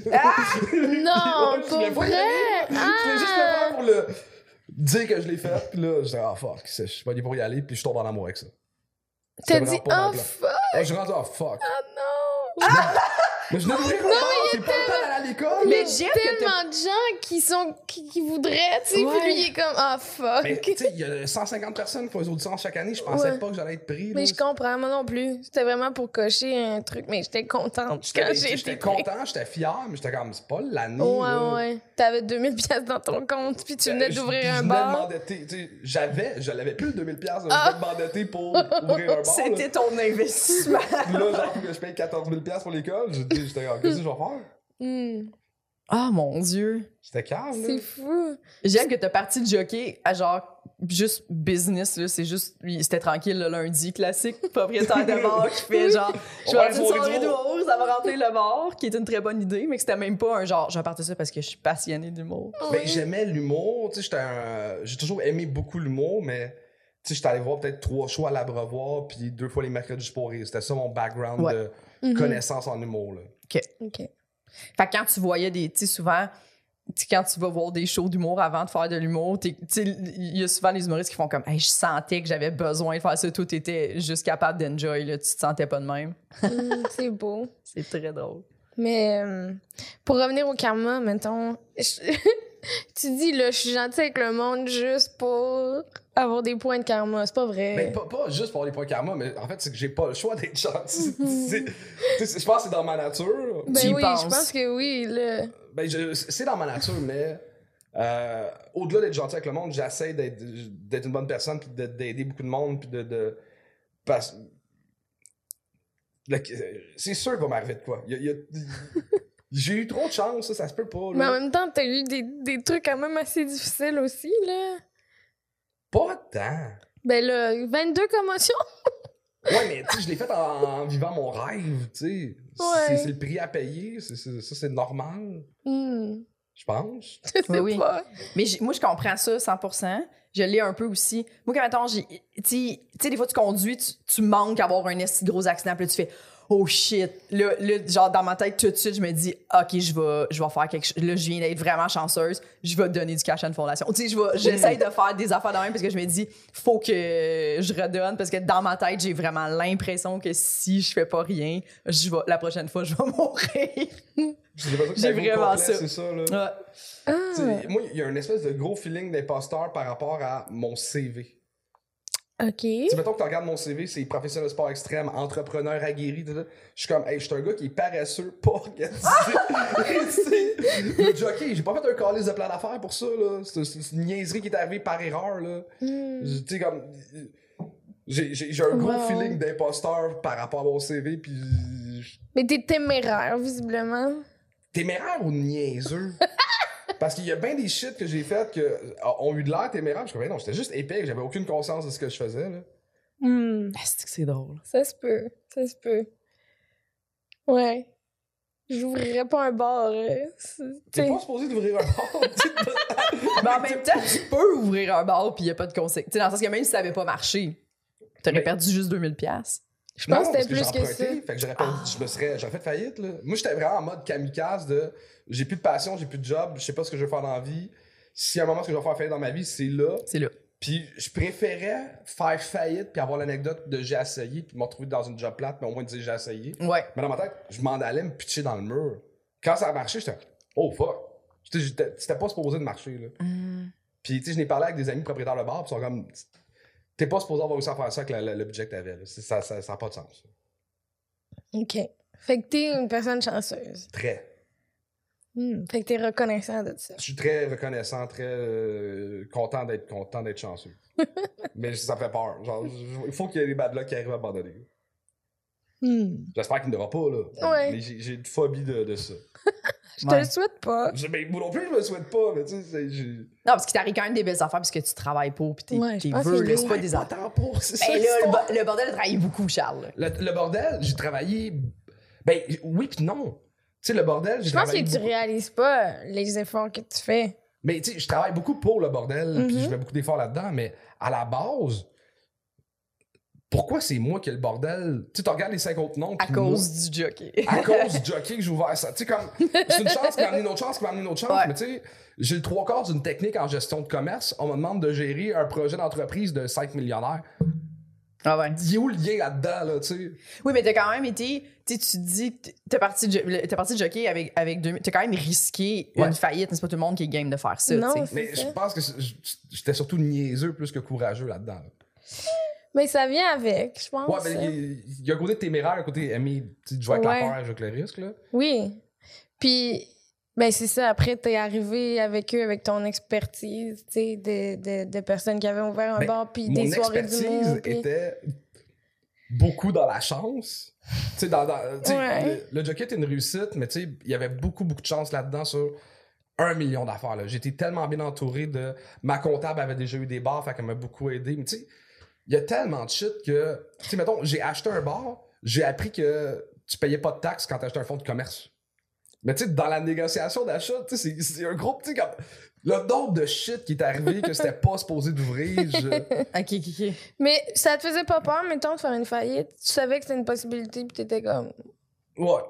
Non, Ouais, je voulais pour pas y vrai? aller. Je voulais juste le Ah! faire pour le dire que je l'ai fait, puis là, j'étais, ah fuck, je suis pas lié pour y aller, puis je tombe en amour avec ça. T'as C'était dit, vraiment pas oh mon plan. fuck, Ah, je rentre, oh fuck. non! Mais je venais d'ouvrir un bar, c'est pas le temps d'aller à l'école. Mais là. j'aime que t'as... Tellement de gens qui sont qui, qui voudraient, tu sais, Ouais. puis lui il est comme ah fuck. Mais tu sais, il y a cent cinquante personnes qui font les auditions chaque année. Je pensais Ouais. pas que j'allais être pris. Mais là. je comprends, moi non plus. C'était vraiment pour cocher un truc, mais j'étais contente J'étais quand j'ai été j'étais pris. content, j'étais fier, mais j'étais comme, c'est pas l'année. Ouais, là. ouais. T'avais deux mille piastres dans ton compte, puis tu venais Euh, je- d'ouvrir puis un je venais de bar. m'endetter, tu sais, j'avais, je l'avais plus le deux mille piastres, Ah. je venais de m'endetter pour ouvrir un bar. C'était Là. ton investissement. Puis là, genre, faut que je paye quatorze mille piastres pour l'école. J'étais j'étais comme, qu'est-ce que je vais faire? Hmm, Ah, mon Dieu. J'étais calme, là. c'est fou. J'aime que t'as parti de jockey à genre juste business, là. C'est juste, c'était tranquille le lundi, classique propriétaire de bar qui fait genre, je On vais va faire une aller voir soirée du monde. d'humour, ça va remplir le bar, qui est une très bonne idée, mais que c'était même pas un genre, je vais partir ça parce que je suis passionnée d'humour. Ben, Oui. j'aimais l'humour, tu sais, j'étais un... j'ai toujours aimé beaucoup l'humour, mais tu sais, j'étais allé voir peut-être trois shows à l'Abreuvoir, puis deux fois les mercredis pour rire. C'était ça mon background Ouais. de Mhm. connaissance en humour, là. OK. Fait que quand tu voyais des, tu sais, souvent, tu sais, quand tu vas voir des shows d'humour avant de faire de l'humour, t'es- tu sais, il y a souvent les humoristes qui font comme, hey, je sentais que j'avais besoin de faire ça, toi, t'étais juste capable d'enjoy, là, tu te sentais pas de même. Hmm, c'est beau. C'est très drôle. Mais euh, pour revenir au karma, mettons, je- tu dis là, je suis gentille avec le monde juste pour avoir des points de karma. C'est pas vrai. Ben, pas, pas juste pour les points karma, mais en fait, c'est que j'ai pas le choix d'être gentil. C'est- tu sais, je pense que c'est dans ma nature. Ben tu y oui, penses. je pense que oui. Là. Ben, je- c'est dans ma nature, mais euh, au-delà d'être gentil avec le monde, j'essaie d'être, d'être une bonne personne, puis de- d'aider beaucoup de monde, puis de... de parce- le- c'est sûr qu'il va m'arriver de quoi. Il y a- il y a- j'ai eu trop de chance, ça, ça se peut pas. Mais en Là. même temps, t'as eu des, des trucs quand même assez difficiles aussi, là. Pas tant. Ben là, vingt-deux commotions. Ouais, mais tu sais, je l'ai fait en, en vivant mon rêve, tu sais. Ouais. C'est, c'est le prix à payer, c'est, c'est- ça c'est normal, Hmm. je pense. Je sais Oui, oui. pas. Mais j'ai- moi, je comprends ça cent pour cent. Je l'ai un peu aussi. Moi, quand mettons, j'ai. Tu sais- tu sais, des fois, tu conduis, tu, tu manques d'avoir un esti de gros accident, puis là, tu fais. Oh shit. Là, là, genre, dans ma tête, tout de suite, je me dis, OK, je vais, je vais faire quelque chose. Là, je viens d'être vraiment chanceuse. Je vais donner du cash à une fondation. Tu sais, je vais, j'essaie de faire des affaires de même parce que je me dis, faut que je redonne parce que dans ma tête, j'ai vraiment l'impression que si je fais pas rien, je vais, la prochaine fois, je vais mourir. J'ai l'impression que J'ai c'est un gros vraiment complexe, ça. c'est ça, là. Ouais. Ah. Tu sais, moi, il y a une espèce de gros feeling d'imposteur par rapport à mon C V. OK. Tu sais, mettons que tu regardes mon C V, c'est professionnel de sport extrême, entrepreneur aguerri, tout ça. Je suis comme, hey, je suis un gars qui est paresseux, pas organisé. Le jockey, j'ai pas fait un calice de plein d'affaires pour ça, là. C'est, c'est, c'est une niaiserie qui est arrivée par erreur, là. Mm. Tu sais, comme. J'ai, j'ai, j'ai un gros Wow. feeling d'imposteur par rapport à mon C V, pis. Mais t'es téméraire, visiblement. Téméraire ou niaiseux? Parce qu'il y a bien des shit que j'ai fait que euh, ont eu de l'air téméraire. Je suis comme, non, j'étais juste épais, j'avais aucune conscience de ce que je faisais, là. Hmm. Ah, c'est que c'est drôle. Ça se peut. Ça se peut. Ouais. J'ouvrirais pas un bar. euh, c'est- T'es t'sais. pas supposé d'ouvrir un bar. Mais en même temps, tu peux ouvrir un bar puis il n'y a pas de conséquences. Tu sais, dans le sens que même si ça n'avait pas marché, t'aurais Mais- perdu juste deux mille dollars. Je pense Non, que c'était parce plus j'ai que ça. emprunté, Fait que j'aurais perdu, je me serais, j'aurais fait faillite, là. Moi, j'étais vraiment en mode kamikaze de j'ai plus de passion, j'ai plus de job, je sais pas ce que je veux faire dans la vie. Si à un moment, ce que je vais faire faillite dans ma vie, c'est là. C'est là. Puis je préférais faire faillite puis avoir l'anecdote de j'ai essayé puis me retrouver dans une job plate, mais au moins dire j'ai essayé. Ouais. Mais dans ma tête, je m'en allais me pitcher dans le mur. Quand ça a marché, j'étais oh fuck. J'étais, j'étais- c'était pas supposé de marcher, là. Mm. Puis tu sais, je n'ai parlé avec des amis propriétaires de bar, puis ils sont comme t'es pas supposé avoir réussi à faire ça avec la- la- le budget que t'avais, là. C'est- Ça, ça, ça a pas de sens. OK. Fait que t'es une personne chanceuse. Très. Hmm. Fait que t'es reconnaissant de ça. Je suis très reconnaissant, très euh, content d'être content d'être chanceux. Mais ça me fait peur. Genre, je- il faut qu'il y ait des bad luck qui arrivent à abandonner. Hmm. J'espère qu'il n'y en aura pas, là. Ouais. Mais j'ai, j'ai une phobie de, de ça. Je te Ouais. le souhaite pas. Je, mais moi non plus, je me le souhaite pas, mais tu sais, c'est- j'ai. Non, parce qu'il t'arrive quand même des belles affaires parce que tu travailles pour puis t'es, Ouais, je t'es pense veux, que là, oui. c'est pas des Pas affaires. tant pour, c'est ça. Ben là, le, l'histoire. bo- le bordel a travaillé beaucoup, Charles. Le, le bordel, j'ai travaillé. Ben oui pis non. Tu sais, le bordel, j'ai Je pense travaillé. que tu beaucoup- réalises pas les efforts que tu fais. Mais tu sais, je travaille beaucoup pour le bordel, puis Mhm. je mets beaucoup d'efforts là-dedans, mais à la base, pourquoi c'est moi qui ai le bordel? Tu sais, tu regardes les cinq autres noms. À puis cause du jockey. moi, à cause du jockey que j'ai ouvert ça. Tu sais, comme, c'est une chance qui m'a amené une autre chance qui m'a amené une autre chance, Ouais. mais tu sais, j'ai le trois quarts d'une technique en gestion de commerce. On me demande de gérer un projet d'entreprise de cinq millionnaires. Ah ouais. Il y a où le lien là-dedans, là, tu sais? Oui, mais t'as quand même été. Tu sais, tu te dis que t'es parti de, jo- t'es parti de jockey avec, avec deux. T'as quand même risqué Ouais. une faillite, mais c'est pas tout le monde qui est game de faire ça. Non, tu sais. c'est Mais ça. je pense que c'est- j'étais surtout niaiseux plus que courageux là-dedans. là. Mais ça vient avec, je pense. Ouais, ben, il il y a un côté téméraire, un côté aimer, tu sais, de jouer avec Ouais. la peur, avec le risque, là. Oui. Puis, ben c'est ça. Après, t'es arrivé avec eux, avec ton expertise, tu sais, de, de, de personnes qui avaient ouvert un Ben, bar, puis Mon des soirées expertise d'humour. Puis... était beaucoup dans la chance. Tu sais, dans, dans, tu sais, Ouais. le, le jockey était une réussite, mais tu sais, il y avait beaucoup, beaucoup de chance là-dedans sur un million d'affaires. Là. J'étais tellement bien entouré de... Ma comptable avait déjà eu des bars, fait qu'elle m'a beaucoup aidé. Mais tu sais, il y a tellement de shit que... Tu sais, mettons, j'ai acheté un bar, j'ai appris que tu payais pas de taxes quand t'achetais un fonds de commerce. Mais tu sais, dans la négociation d'achat, tu sais, c'est- c'est un gros petit... Comme... Le nombre de shit qui est arrivé que c'était pas supposé d'ouvrir, je... Ok, ok, ok. Mais ça te faisait pas peur, mettons, de faire une faillite? Tu savais que c'était une possibilité, puis t'étais comme... Ouais.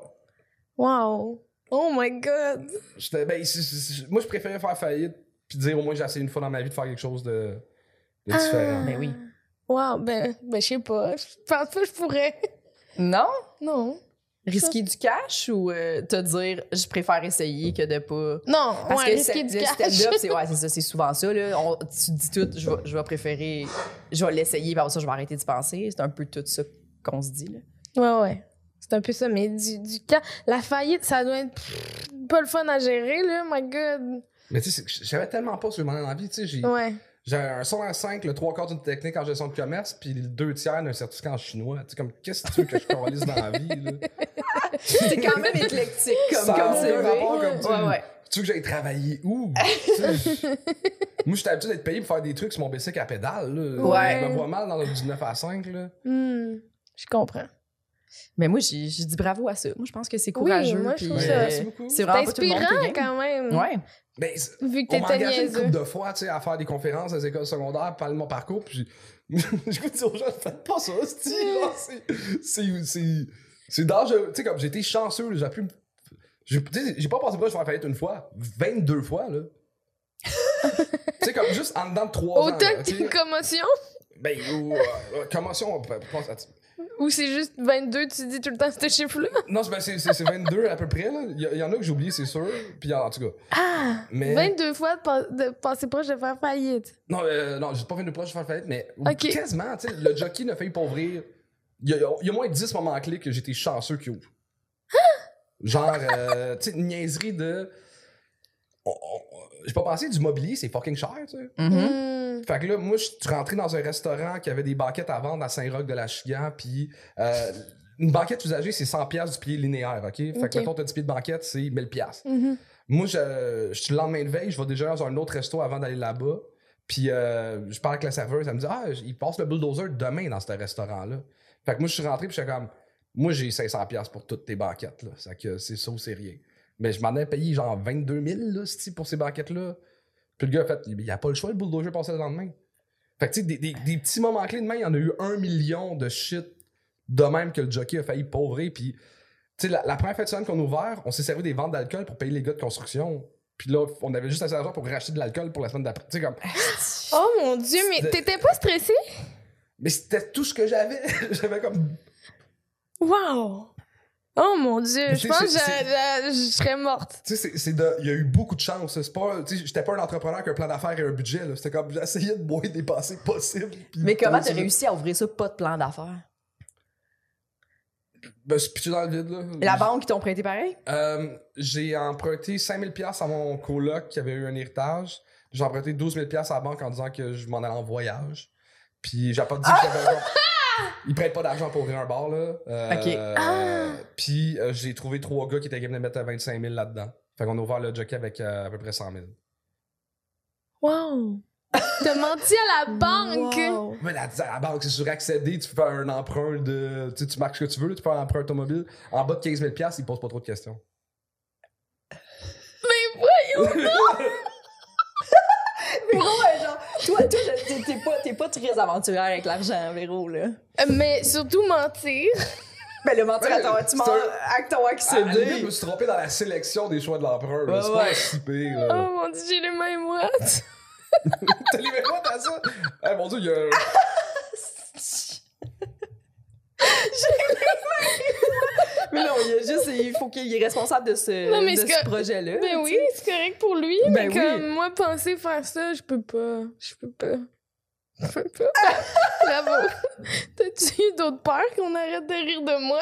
Wow! Oh my God! J'étais- ben, c'est- c'est- c'est- moi, je préférais faire faillite puis dire au moins j'ai essayé une fois dans ma vie de faire quelque chose de, de différent. Ben oui. Wow, ben, ben je sais pas. Je pense pas que je pourrais. Non? Non. Risquer du cash ou euh, te dire je préfère essayer que de pas. Non, Parce ouais, que risquer c'est- du le cash. stand-up, c'est ouais, c'est ça, c'est souvent ça. Là. On- tu te dis tout, je vais, je vais préférer, je vais l'essayer, par ça, je vais arrêter d'y penser. C'est un peu tout ça qu'on se dit. Là. Ouais, ouais. C'est un peu ça, mais du, du cas. La faillite, ça doit être pff, pas le fun à gérer, là, my God. Mais tu sais, c'est- j'avais tellement pas ce que je m'en ai envie. Tu sais, j'ai Ouais. j'ai un secondaire cinq, le trois quarts d'une technique en gestion de commerce, puis le deux tiers d'un certificat en chinois. Tu sais, comme, qu'est-ce que tu veux que je calisse dans la vie, là? C'est quand même éclectique comme, Ça a comme aucun c'est rapport, comme tu- Ouais, ouais. Tu veux que j'aille travailler où? Tu sais, moi, j'étais habitué d'être payé pour faire des trucs sur mon bicycle à pédale, là. Ouais. Je me vois mal dans le du neuf à cinq, là. Hmm, je comprends. Mais moi, j'ai j'ai dit bravo à ça. Moi, je pense que c'est Oui, courageux. moi, je puis, trouve Ouais, ça- merci beaucoup. C'est C'est vraiment pas tout le monde qui inspirant, est game. quand même. Ouais. Ben, c'est- Vu que on m'a t'étais engagé une couple niaiseux. de fois, tu sais, à faire des conférences dans les écoles secondaires, parler de mon parcours, puis j'ai je dire aux gens, faites pas ça, c'ti, genre, c'est- c'est c'est c'est dangereux, tu sais, comme j'ai été chanceux, là, j'ai pu, j'ai tu sais, j'ai pas pensé pas je faire faillite une fois, vingt-deux fois, là. Tu sais, comme juste en dedans de trois ans. Autant là, que tu t'es sais. une commotion. Ben, ou, euh, euh, commotion, on peut- pense à- Ou c'est juste vingt-deux, tu dis tout le temps ce chiffre-là? Non, c'est, ben, c'est, c'est, c'est vingt-deux à peu près. Là. Il, y, il y en a que j'ai oublié, c'est sûr. Puis en tout cas. Ah! Mais... vingt-deux fois de, pas- de passer proche de faire faillite. Non, euh, non, j'ai pas vingt-deux proches de faire faillite, mais Ok. quasiment, tu sais, le jockey n'a failli pas ouvrir. Il y, a, il y a moins de dix moments clés que j'étais chanceux qu'il ouvre. Genre, euh, tu sais, une niaiserie de. On- on- J'ai pas pensé du mobilier, c'est fucking cher, tu sais. Mhm. Hmm. Fait que là, moi, je suis rentré dans un restaurant qui avait des banquettes à vendre à Saint-Roch de la Chigan, puis euh, une banquette usagée, c'est cent piastres du pied linéaire, OK? Fait Ok. que, mettons, t'as dix pieds de banquette, c'est mille piastres. Mhm. Moi, je, je suis le lendemain de veille, je vais déjà dans un autre resto avant d'aller là-bas, puis euh, je parle avec la serveuse, elle me dit « Ah, il passe le bulldozer demain dans ce restaurant-là. » Fait que moi, je suis rentré, puis j'étais comme « Moi, j'ai cinq cents piastres pour toutes tes banquettes, là. C'est que c'est ça ou c'est rien. » Mais je m'en ai payé genre vingt-deux mille, là, c'ti, pour ces banquettes-là. Puis le gars a fait, il n'y a pas le choix, le bulldozer passait le lendemain. Fait que tu sais, des, des, des petits moments clés de main, il y en a eu un million de shit de même que le jockey a failli pauvrer. Puis, tu sais, la, la première fin de semaine qu'on a ouvert, on s'est servi des ventes d'alcool pour payer les gars de construction. Puis là, on avait juste assez d'argent pour racheter de l'alcool pour la semaine d'après. Tu sais, comme. Oh mon Dieu, mais C'était- t'étais pas stressé? Mais c'était tout ce que j'avais. J'avais comme. Wow! Oh mon Dieu, Mais je tu sais, pense que c'est- j'a- j'a- je serais morte. Tu sais, c'est, c'est de. Il y a eu beaucoup de chance. C'est pas. Tu sais, j'étais pas un entrepreneur avec un plan d'affaires et un budget, là. C'était comme. J'essayais de moins dépenser possible. puis- Mais comment t'as puis- réussi à ouvrir ça, pas de plan d'affaires? Ben, je pitché dans le vide, là. La banque, ils t'ont prêté pareil? Euh, j'ai emprunté cinq mille piastres à mon coloc qui avait eu un héritage. J'ai emprunté douze mille piastres à la banque en disant que je m'en allais en voyage. Puis j'ai pas dit que j'avais genre... Ils prêtent pas d'argent pour ouvrir un bar, là. Euh, Ok. euh, Puis euh, j'ai trouvé trois gars qui étaient capables de mettre vingt-cinq mille là-dedans. Fait qu'on a ouvert le jockey avec euh, à peu près cent mille. Wow! T'as menti à la banque! Wow. Mais la, la banque, c'est suraccédé. Tu peux faire un emprunt de... Tu sais, tu marques ce que tu veux, là, tu peux faire un emprunt automobile. En bas de quinze mille piastres, ils posent pas trop de questions. Mais voyons! Véro, ouais, genre, toi, toi je- t'es, t'es pas, t'es pas très aventurière avec l'argent, Véro, là. Euh, Mais surtout mentir. Ben, le mentir Ouais, à ton, tu c'est mens un- avec ton À, à la limite, je accédé. me suis trompé dans la sélection des choix de l'emprunt. là. Ouais, c'est ouais. pas si pire. Là. Oh mon Dieu, j'ai les mains moites. T'as les mêmes mots, t'as ça? Eh mon dieu, il y a un... Mais non, il y a juste, il faut qu'il est responsable de ce, Non, mais de c'est ce que- projet-là. Ben tu oui, sais. c'est correct pour lui, Ben mais oui. comme moi, penser faire ça, je peux pas. Je peux pas. Je peux pas. Bravo. T'as-tu eu d'autres peurs qu'on arrête de rire de moi?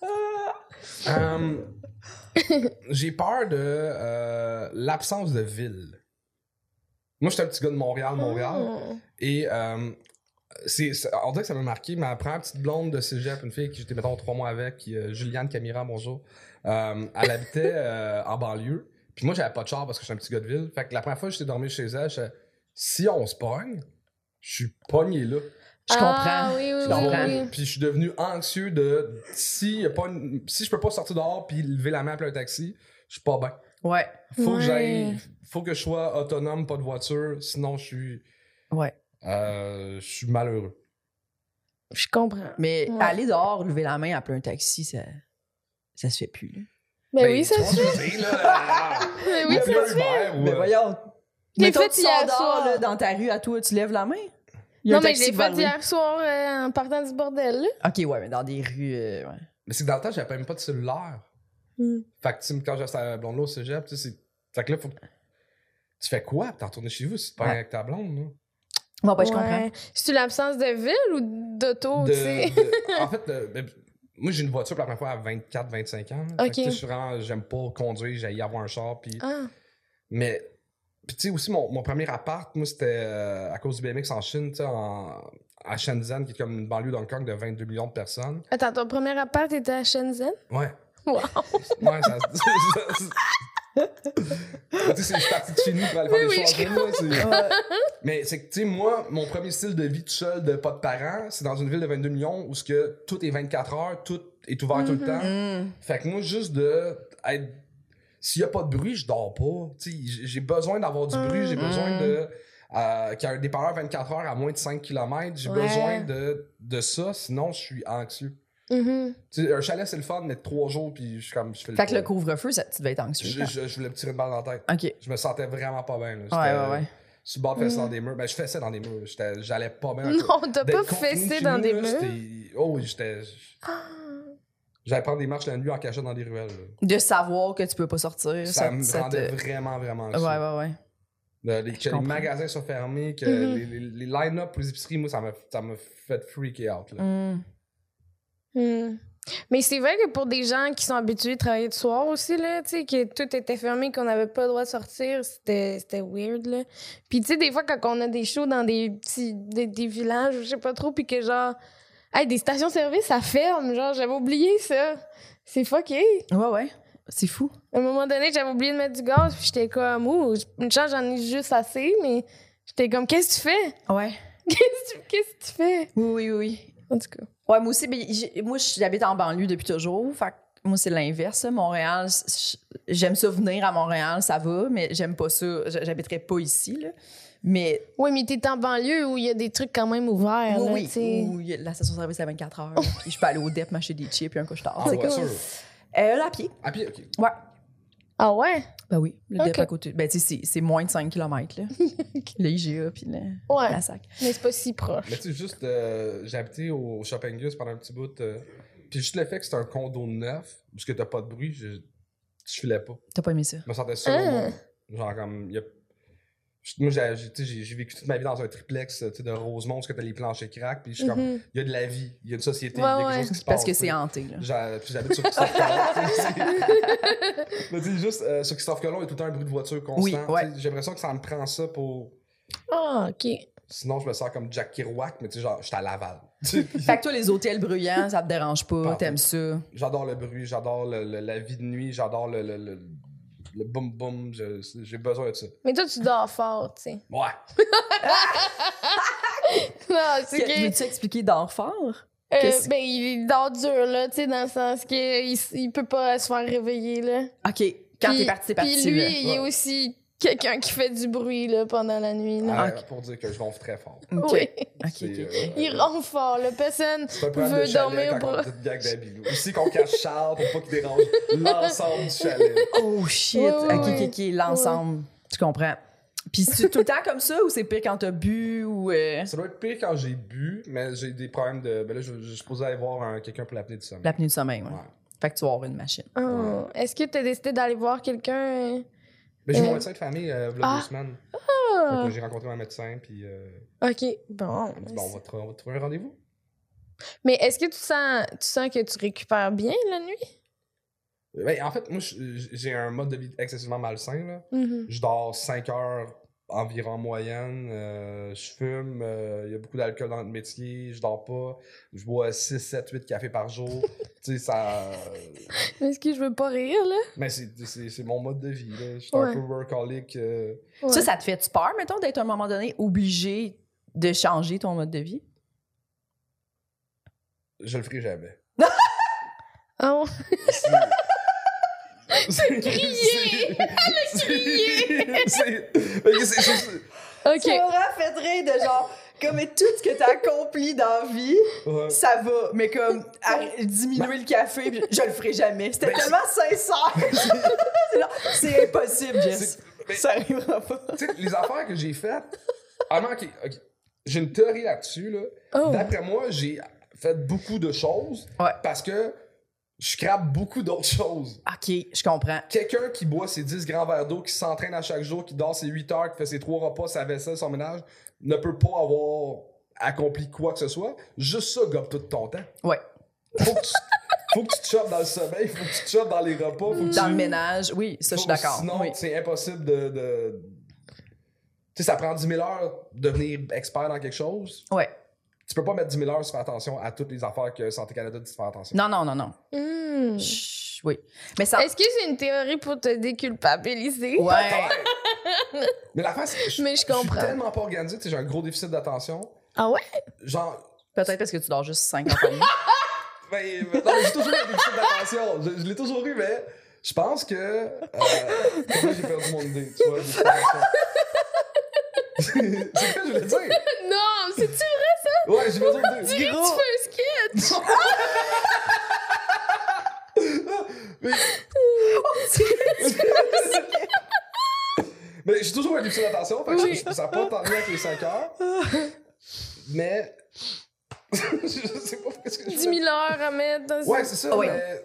Euh, j'ai peur de euh, l'absence de ville. Moi, j'étais un petit gars de Montréal, Montréal. Oh. Et euh, c'est, c'est- on dirait que ça m'a marqué. Ma première petite blonde de cégep, une fille qui j'étais, mettons, trois mois avec, qui, euh, Juliane Camira, bonjour. Euh, elle habitait euh, en banlieue. Puis moi, j'avais pas de char parce que j'étais un petit gars de ville. Fait que la première fois que j'étais dormi chez elle, j'étais, si on se pogne, je suis pogné là. Je Ah, comprends. oui, oui, Je oui, comprends. oui. Puis je suis devenu anxieux de si, y a pas une- si je peux pas sortir dehors puis lever la main appeler un taxi, je suis pas bien. Ouais. Faut que Ouais. j'aille, faut que je sois autonome, pas de voiture, sinon je suis, Ouais. euh, je suis malheureux. Je comprends. Mais Ouais. aller dehors, lever la main, appeler un taxi, ça, ça se fait plus, là. Ben oui, ça tu se vois fait. ce que je veux dire, là? Ben oui, Il y a ça un se fait. Uber ou, Mais euh, voyons. Je l'ai Mettons, fait tu hier sors dehors, soir. là, dans ta rue, à toi, tu lèves la main? Il y a Non, un mais je taxi l'ai qui va fait arriver. hier soir euh, en partant du bordel. là. Ok, ouais, mais dans des rues. euh, ouais. Mais c'est que dans le temps, j'avais même pas de cellulaire. Hmm. Fait que tu sais, quand j'étais à la blonde là au cégep, tu sais, c'est. Fait que là, faut que. Tu fais quoi pour t'en retourner chez vous si tu te pognes Ouais. avec ta blonde, là? Bon, ben, je Ouais. comprends. C'est-tu l'absence de ville ou d'auto, De- tu sais? de- en fait, de- de- moi j'ai une voiture pour la première fois à vingt-quatre vingt-cinq ans. là. Fait Ok. que, tu sais, je suis vraiment, j'aime pas conduire, j'ai avoir un char. Puis, Ah. mais, puis tu sais aussi, mon, mon premier appart, moi c'était euh, à cause du B M X en Chine, tu sais, en- à Shenzhen, qui est comme une banlieue d'Hong Kong de vingt-deux millions de personnes. Attends, ton premier appart était à Shenzhen? Ouais. Wow. Ouais, ça. ça- ça- tu sais, c'est- je suis parti de chez nous pour aller faire Oui, des oui, choses. je là, c'est- Ouais. Mais c'est que, tu sais, moi, mon premier style de vie tout seul, de pas de parents, c'est dans une ville de vingt-deux millions où ce que tout est vingt-quatre heures, tout est ouvert tout le temps. Mm. Fait que moi, juste de être. S'il y a pas de bruit, je dors pas. Tu sais, j'ai j'ai besoin d'avoir du bruit, j'ai Mm. besoin de. Euh, qu'il y a un dépanneur vingt-quatre heures à moins de cinq kilomètres, j'ai Ouais. besoin de, de ça, sinon je suis anxieux. Mhm. Tu sais, un chalet, c'est le fun, mais trois jours, puis je suis comme. Je fais le Fait que le tour. couvre-feu, ça, tu devais être anxieux. Je, je, je voulais me tirer une balle dans la tête. Ok. Je me sentais vraiment pas bien. là. J'étais- Ouais, ouais, ouais. sur le bord de fesser Mm. dans des murs. Ben, je fessais dans des murs. J'étais- J'allais pas bien. Non, t'as D'être pas confiné fessé chez dans nous, des là, murs. c'était- Oh oui, j'étais. Ah. J'allais prendre des marches la nuit en cachette dans des ruelles. là. De savoir que tu peux pas sortir. Ça, me ça rendait te- vraiment, vraiment Ouais, anxieux. ouais, ouais. Le- les, que les comprends. magasins sont fermés, que Mhm. les, les, les line-up pour les épiceries, moi, ça m'a ça m'a fait freaker out. Là. Mm. Hmm. Mais c'est vrai que pour des gens qui sont habitués de travailler de soir aussi, là, tu sais, que tout était fermé, qu'on n'avait pas le droit de sortir, c'était c'était weird, là. Puis, tu sais, des fois, quand on a des shows dans des petits des, des villages, je sais pas trop, puis que genre, hey, des stations-service, ça ferme, genre, j'avais oublié ça. C'est fucké. Ouais, ouais. C'est fou. À un moment donné, j'avais oublié de mettre du gaz, puis j'étais comme, ouh, une chance, j'en ai juste assez, mais j'étais comme, qu'est-ce que tu fais? Ouais. Qu'est-ce que tu- qu'est-ce que tu fais? Oui, oui, oui. En tout cas. Ouais, moi aussi, ben, j'ai- moi, j'habite en banlieue depuis toujours. Fait que moi, c'est l'inverse. ça. Montréal, c- j'aime ça venir à Montréal, ça va, mais j'aime pas ça. J- J'habiterais pas ici, là. Mais Oui, mais t'es en banlieue où il y a des trucs quand même ouverts, oui, là, oui, tu sais. où il y a- la station-service à vingt-quatre heures. Puis je peux aller au D E P m'acheter des chips puis un couche-tard. En C'est voiture. comme- Euh, là, à pied. À pied, ok. Ouais. Ah ouais? Ben oui, le D E P Ok. à côté. Ben, tu sais, c'est- c'est moins de cinq kilomètres, là. Le I G A puis le, Ouais. la sac. Mais c'est pas si proche. Mais tu sais, juste, euh, j'ai habité au Shopping Gus pendant un petit bout. euh, Puis juste le fait que c'est un condo neuf, parce que t'as pas de bruit, je, je filais pas. T'as pas aimé ça? Je me sentais seul au Ah. monde. Genre, comme. Y a... Moi, j'ai, j'ai, tu sais, j'ai j'ai vécu toute ma vie dans un triplex tu sais, de Rosemont, parce que t'as les planchers crack, puis je suis comme. Mhm. Il y a de la vie, il y a une société, il Ouais, y a quelque ouais. chose qui se passe. Parce que tu sais. c'est hanté, là. J'a- Puis j'habite sur Christophe Colomb. tu sais. Mais tu sais, juste euh, sur Christophe Colomb, il y a tout le temps un bruit de voiture constant. Oui, ouais. Tu sais, J'ai l'impression que ça me prend ça pour. Ah, OK. Sinon, je me sens comme Jack Kerouac, mais tu sais, genre, j'étais à Laval. Tu sais, puis Fait que toi, les hôtels bruyants, ça te dérange pas, Parfait. t'aimes ça. J'adore le bruit, j'adore le- le- la vie de nuit, j'adore le, le, le, le boum boum. je- J'ai besoin de ça. Mais toi, tu dors fort, tu sais. Ouais. Non, c'est Que- que... Veux-tu expliquer d'or fort? euh, qu'est-ce- ben, il dort dur, là, tu sais, dans le sens qu'il il, il peut pas se faire réveiller, là. OK. Quand Puis- t'es parti, t'es parti. Puis lui, là. il est Ouais. aussi quelqu'un qui fait du bruit, là, pendant la nuit, là. Euh, ok. Pour dire que je gonfle très fort. OK. Oui. OK, C'est, OK. euh, Il ronfle fort, là. Personne C'est un problème veut de chalet dormir quand on bras. dit de gag d'Abilou. Ici qu'on cache Charles pour pas qu'il dérange l'ensemble du chalet. Oh shit. Ouais, OK, ouais, OK, OK. L'ensemble. Tu comprends. Puis c'est tout le temps comme ça ou c'est pire quand t'as bu ou. euh, Ça doit être pire quand j'ai bu, mais j'ai des problèmes de. Ben là, je, je suis supposé aller voir un- quelqu'un pour l'apnée du sommeil. l'apnée du sommeil, ouais. Ouais. Fait que tu vas avoir une machine. Ah. Est-ce que t'as décidé d'aller voir quelqu'un? euh? Mais j'ai Euh. mon médecin de famille, euh, v'là Ah. deux semaines. Ah. Fait que j'ai rencontré un médecin, puis euh, OK. Bon. il m'a dit, bon, on va, te- on va te trouver un rendez-vous. Mais est-ce que tu sens, tu sens que tu récupères bien la nuit? Ben, en fait, moi, je- j'ai un mode de vie excessivement malsain. Là. Mhm. Je dors cinq heures environ en moyenne. euh, je fume. euh, Il y a beaucoup d'alcool dans notre métier. Je dors pas. Je bois six, sept, huit cafés par jour. tu sais, ça. Est-ce que je veux pas rire, là? Mais c'est- c'est c'est mon mode de vie. Là. Je suis Ouais. un peu workaholic. euh, Ouais. Ça, ça te fait-tu peur, mettons, d'être à un moment donné obligé de changer ton mode de vie? Je le ferai jamais. Ah ouais. C'est- C'est crié! Elle a crié! C'est. OK. Tu m'auras fait rire de genre, comme tout ce que t'as accompli dans la vie, Ouais. ça va, mais comme arr- diminuer le café, puis je le ferai jamais. C'était Ben, tellement sincère. C'est genre, c'est impossible, Jess. C'est- mais- Ça arrivera pas. Tu sais, les affaires que j'ai faites. Ah non, ok, ok. J'ai une théorie là-dessus. Là. Oh. D'après moi, j'ai fait beaucoup de choses Ouais. parce que je scrape beaucoup d'autres choses. OK, je comprends. Quelqu'un qui boit ses dix grands verres d'eau, qui s'entraîne à chaque jour, qui dort ses huit heures, qui fait ses trois repas, sa vaisselle, son ménage, ne peut pas avoir accompli quoi que ce soit. Juste ça gobe tout ton temps. Ouais. Faut que tu, faut que tu te chopes dans le sommeil, faut que tu te chopes dans les repas, faut que Dans tu... le ménage, oui, ça, je suis Faut- d'accord. Sinon, Oui. c'est impossible de... de... Tu sais, ça prend dix mille heures de devenir expert dans quelque chose. Ouais. Tu peux pas mettre dix mille heures sur faire attention à toutes les affaires que Santé Canada dit de faire attention. Non, non, non, non. Hmm. Chut, oui. Mais ça. Est-ce que c'est une théorie pour te déculpabiliser? Ouais. Mais la face, je, Mais je suis comprends. tellement pas organisé, tu sais, j'ai un gros déficit d'attention. Ah ouais? Genre, Peut-être parce que tu dors juste cinq heures par nuit. ben, ben, non, mais j'ai toujours eu un déficit d'attention. Je, je l'ai toujours eu, mais je pense que. Euh, comment j'ai perdu mon idée, tu vois, déficit d'attention. C'est ce que je voulais dire. Non, c'est-tu vrai, ça? Ouais, j'ai besoin de. Tu fais un sketch? Mais, Mais j'ai toujours un déficit d'attention, fait que oui. je, ça n'a pas tant lien avec les cinq heures. Mais. je sais pas ce que je dix mille heures à mettre dans Ouais, c'est ça, oh, mais. Oui.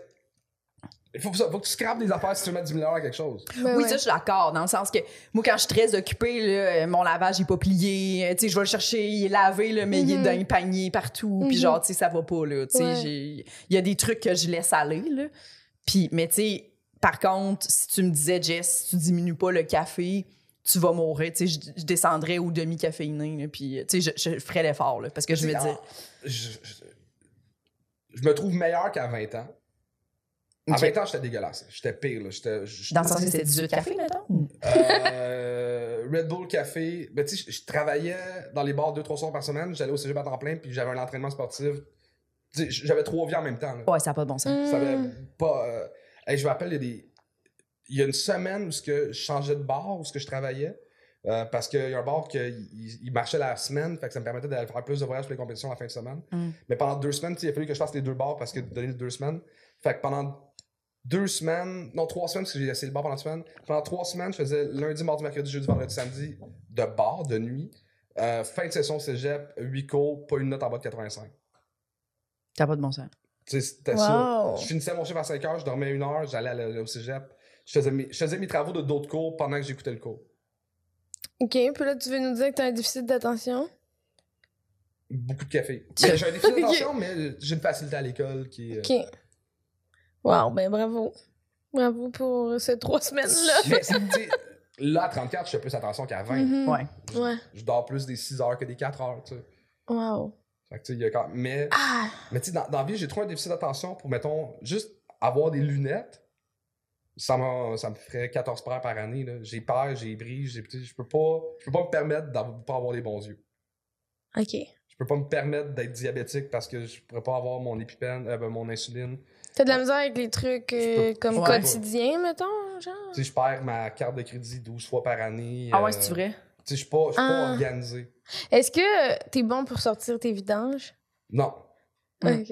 Il faut, faut que tu scrapes des affaires si tu veux mettre dix mille heures à quelque chose. Ben oui, ouais. ça, je suis d'accord. Dans le sens que moi, quand je suis très occupée, là, mon lavage n'est pas plié. Tu sais, je vais le chercher, il est lavé, là, mais mm-hmm. il est dans un panier partout. Mm-hmm. Puis genre, tu sais, ça va pas, là. Tu sais, ouais. il y a des trucs que je laisse aller, là. Puis, mais tu sais, par contre, si tu me disais, Jess, si tu diminues pas le café, tu vas mourir. Tu sais, je, je descendrais au demi-caféiné, puis tu sais, je, je ferais l'effort, là, parce que je veux dire... Je, je, je me trouve meilleur qu'à vingt ans. À okay. vingt ans, j'étais dégueulasse. J'étais pire. Là. J'étais, j'étais... Dans le sens que c'était dix-huit cafés, mettons? Euh, Red Bull Café. Ben, tu sais, je travaillais dans les bars deux trois soirs par semaine. J'allais au cégep à temps plein, puis j'avais un entraînement sportif. Tu sais, j'avais trois vies en même temps. Là. Ouais, ça n'a pas de bon sens. Mm. Ça avait pas... Euh... Hey, je me rappelle, il y a des... Il y a une semaine où je changeais de bar, où je travaillais. Euh, parce qu'il y a un bar qui il, il marchait la semaine, fait que ça me permettait d'aller faire plus de voyages pour les compétitions la fin de semaine. Mm. Mais pendant deux semaines, il a fallu que je fasse les deux bars parce que donner les deux semaines. Fait que pendant deux semaines, non, trois semaines, parce que j'ai essayé le bar pendant une semaine. Pendant trois semaines, je faisais lundi, mardi, mercredi, jeudi, vendredi, samedi de bar, de nuit. Euh, fin de session cégep, huit cours, pas une note en bas de quatre-vingt-cinq. T'as pas de bon sens. Tu sais, c'était wow. ça. Je finissais mon chiffre à cinq heures, je dormais une heure, j'allais au cégep. Je faisais mes, je faisais mes travaux de d'autres cours pendant que j'écoutais le cours. OK, puis là, tu veux nous dire que t'as un déficit d'attention? Beaucoup de café. Ben, j'ai un déficit d'attention, okay. mais j'ai une facilité à l'école qui est... OK. Euh... Wow, ben bravo. Bravo pour ces trois semaines-là. Mais là, à trente-quatre, je fais plus attention qu'à vingt. Mm-hmm. Ouais. Je, ouais. je dors plus des six heures que des quatre heures, tu sais. Wow. Fait que, tu sais, il y a quand... Mais, ah. mais tu sais, dans, dans la vie, j'ai trop un déficit d'attention pour, mettons, juste avoir des lunettes. Ça, ça me ferait quatorze paires par année. Là. J'ai peur, j'ai bris, j'ai, je peux pas, je peux pas me permettre de pas avoir des bons yeux. OK. Je peux pas me permettre d'être diabétique parce que je pourrais pas avoir mon épipène, euh, mon insuline. T'as de la misère avec les trucs euh, comme ouais. quotidiens, mettons, genre? Tu sais, je perds ma carte de crédit douze fois par année. Ah ouais, euh, c'est vrai? Tu sais, je suis pas, ah. pas organisé. Est-ce que t'es bon pour sortir tes vidanges? Non. OK.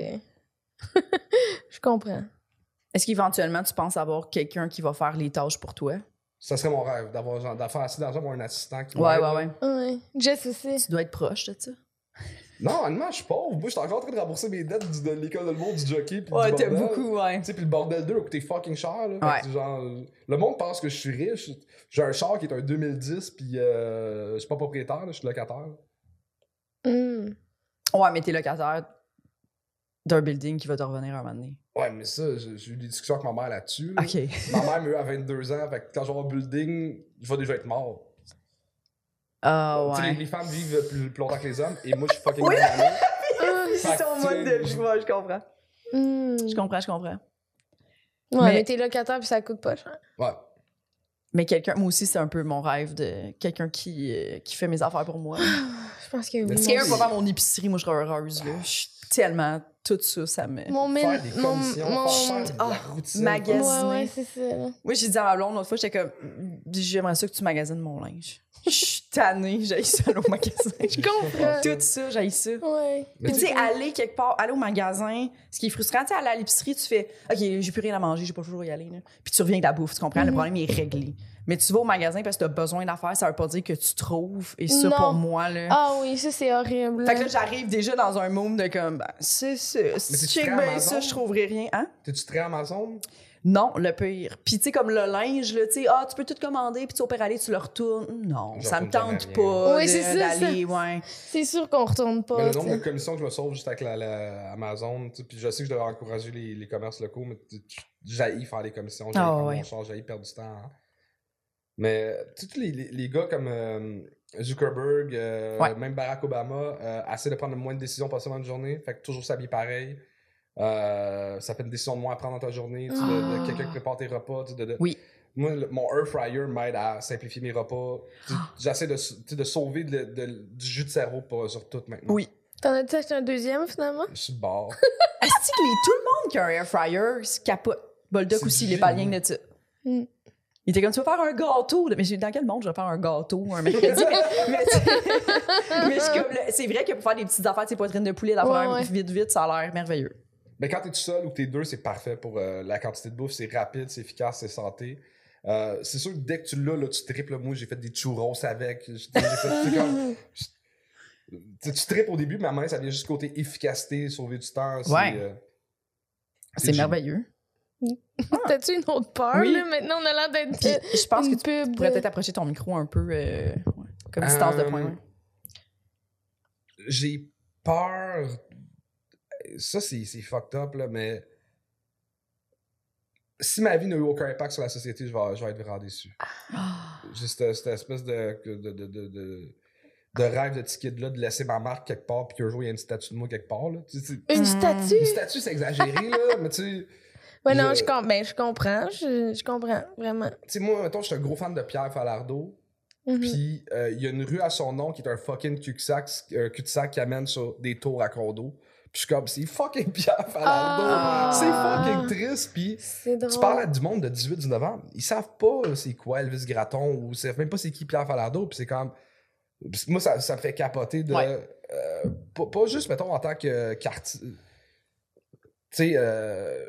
Je comprends. Est-ce qu'éventuellement, tu penses avoir quelqu'un qui va faire les tâches pour toi? Ça serait mon rêve, d'avoir genre, d'affaire assis dans un, avoir un assistant qui Ouais, ouais, ouais. Ouais. Jess aussi. Tu dois être proche de ça. Non, honnêtement, je suis pauvre. Moi, je suis encore en train de rembourser mes dettes du, de l'école de l'humour, du jockey. Pis ouais, du t'as bordel. beaucoup, ouais. Tu sais, puis le bordel deux a coûté fucking cher. Là, ouais. Genre, le monde pense que je suis riche. J'ai un char qui est un deux mille dix, puis euh, je suis pas propriétaire, là, je suis locataire. Mm. Ouais, mais t'es locataire d'un building qui va te revenir un moment donné. Ouais, mais ça, j'ai, j'ai eu des discussions avec ma mère là-dessus. Là. OK. Ma mère m'a eu à vingt-deux ans, fait que quand je vais au building, je vais déjà être mort. Ah, uh, ouais. Tu sais, les, les femmes vivent plus, plus longtemps que les hommes, et moi, je suis fucking oui. C'est ton mode de vie, moi, je comprends. Mm. Je comprends, je comprends. Ouais, mais, mais t'es locataire puis ça coûte pas cher. Ouais. Mais quelqu'un, moi aussi, c'est un peu mon rêve de quelqu'un qui, euh, qui fait mes affaires pour moi. Je pense que oui. Si quelqu'un va faire mon épicerie, moi, je serais heureuse, là. Je suis tellement... Tout ça, ça me... Mon min... Faire des commissions, mon... faire de oh, la routine. Magasiner. Ouais, ouais, c'est ça. Moi, j'ai dit à ma blonde, l'autre fois, j'étais comme... J'aimerais ça que tu magasines mon linge. Je suis tannée, j'aille ça aller au magasin. Je comprends. Tout ça, j'aille ça. Ouais. Puis tu sais, aller quelque part, aller au magasin, ce qui est frustrant, tu sais, aller à l'épicerie, tu fais « OK, j'ai plus rien à manger, j'ai pas toujours y aller. » Puis tu reviens avec la bouffe, tu comprends? Mm-hmm. Le problème est réglé. Mais tu vas au magasin parce que t'as besoin d'affaires, ça veut pas dire que tu trouves. Et ça, non. pour moi, là... Ah oui, ça, c'est horrible. Fait que là, j'arrive déjà dans un monde de comme... Ben, c'est ça. Si tu check bien ça, je trouverai rien. Hein? T'es-tu très Amazon? Non, le pire. Puis tu sais, comme le linge, là, tu sais, ah, tu peux tout commander, puis tu opères aller, tu le retournes. Non, je ça me tente pas oui, de, c'est ça, d'aller, ça. Ouais. C'est sûr qu'on retourne pas. Mais le nombre t'sais. de commissions que je me sauve juste avec la, la Amazon, puis je sais que je devrais encourager les, les commerces locaux, mais j'haïs faire des commissions, j'haïs oh, faire ouais. mon char, j'haïs perdre du temps. Hein. Mais tous les, les, les gars comme euh, Zuckerberg, euh, ouais. même Barack Obama, euh, essaient de prendre le moins de décisions possible en une journée, fait que toujours s'habiller pareil. Euh, ça fait une décision de moins à prendre dans ta journée, oh. de, de quelqu'un qui prépare tes repas. De, de... Oui. Moi, le, mon air fryer m'aide à simplifier mes repas. Oh. J'essaie de, de sauver de, de, du jus de cerveau pour, sur tout maintenant. Oui. T'en as-tu acheté un deuxième, finalement? Je suis bord. Est-ce que les, tout le monde qui a un air fryer se capote? Boldoc aussi, il est pas rien de ça. Mm. Il était comme, tu vas faire un gâteau. Mais dans quel monde je vais faire un gâteau un mercredi? mais mais, mais comme, c'est vrai que pour faire des petites affaires, tu sais, poitrine de poulet, d'affaires ouais, ouais. vite, vite, ça a l'air merveilleux. Mais quand t'es tout seul ou que t'es deux, c'est parfait pour euh, la quantité de bouffe. C'est rapide, c'est efficace, c'est santé. Euh, c'est sûr que dès que tu l'as, là, tu tripes. Là, moi, j'ai fait des churros avec. J'ai, j'ai fait, c'est comme, tu, tu tripes au début, mais à un moment, ça vient juste côté efficacité, sauver du temps. C'est, Ouais. euh, C'est c'est merveilleux. T'as-tu une autre peur, Oui. là? Maintenant, on a l'air d'être Puis je pense une que tu pub pourrais de- peut-être approcher ton micro un peu euh, ouais, comme distance de Euh, point. Ouais. J'ai peur. Ça, c'est, c'est fucked up, là, mais. Si ma vie n'a eu aucun impact sur la société, je vais, je vais être vraiment déçu. Ah. J'ai cette, cette espèce de, de, de, de, de, de rêve de petit kid-là de laisser ma marque quelque part, puis qu'un jour, il y a une statue de moi quelque part. Là. Tu sais, tu- Une Mm. statue? Une statue, c'est exagéré, là, mais tu sais. Ouais, non, je- je, com- ben, je comprends. Je, je comprends, vraiment. Tu sais, moi, mettons, je suis un gros fan de Pierre Falardeau. Mhm. Puis euh, il y a une rue à son nom qui est un fucking cul-de-sac, euh, cul-de-sac qui amène sur des tours à condo. Puis je suis comme, c'est fucking Pierre Falardeau. Ah. C'est fucking triste. Puis C'est drôle. tu parles à du monde de dix-huit dix-neuf ans, ils savent pas là, c'est quoi Elvis Gratton ou ils savent même pas c'est qui Pierre Falardeau. Puis c'est comme. Pis moi, ça, ça me fait capoter de. Ouais. euh, pas, pas juste, mettons, en tant que quartier. Tu sais, euh,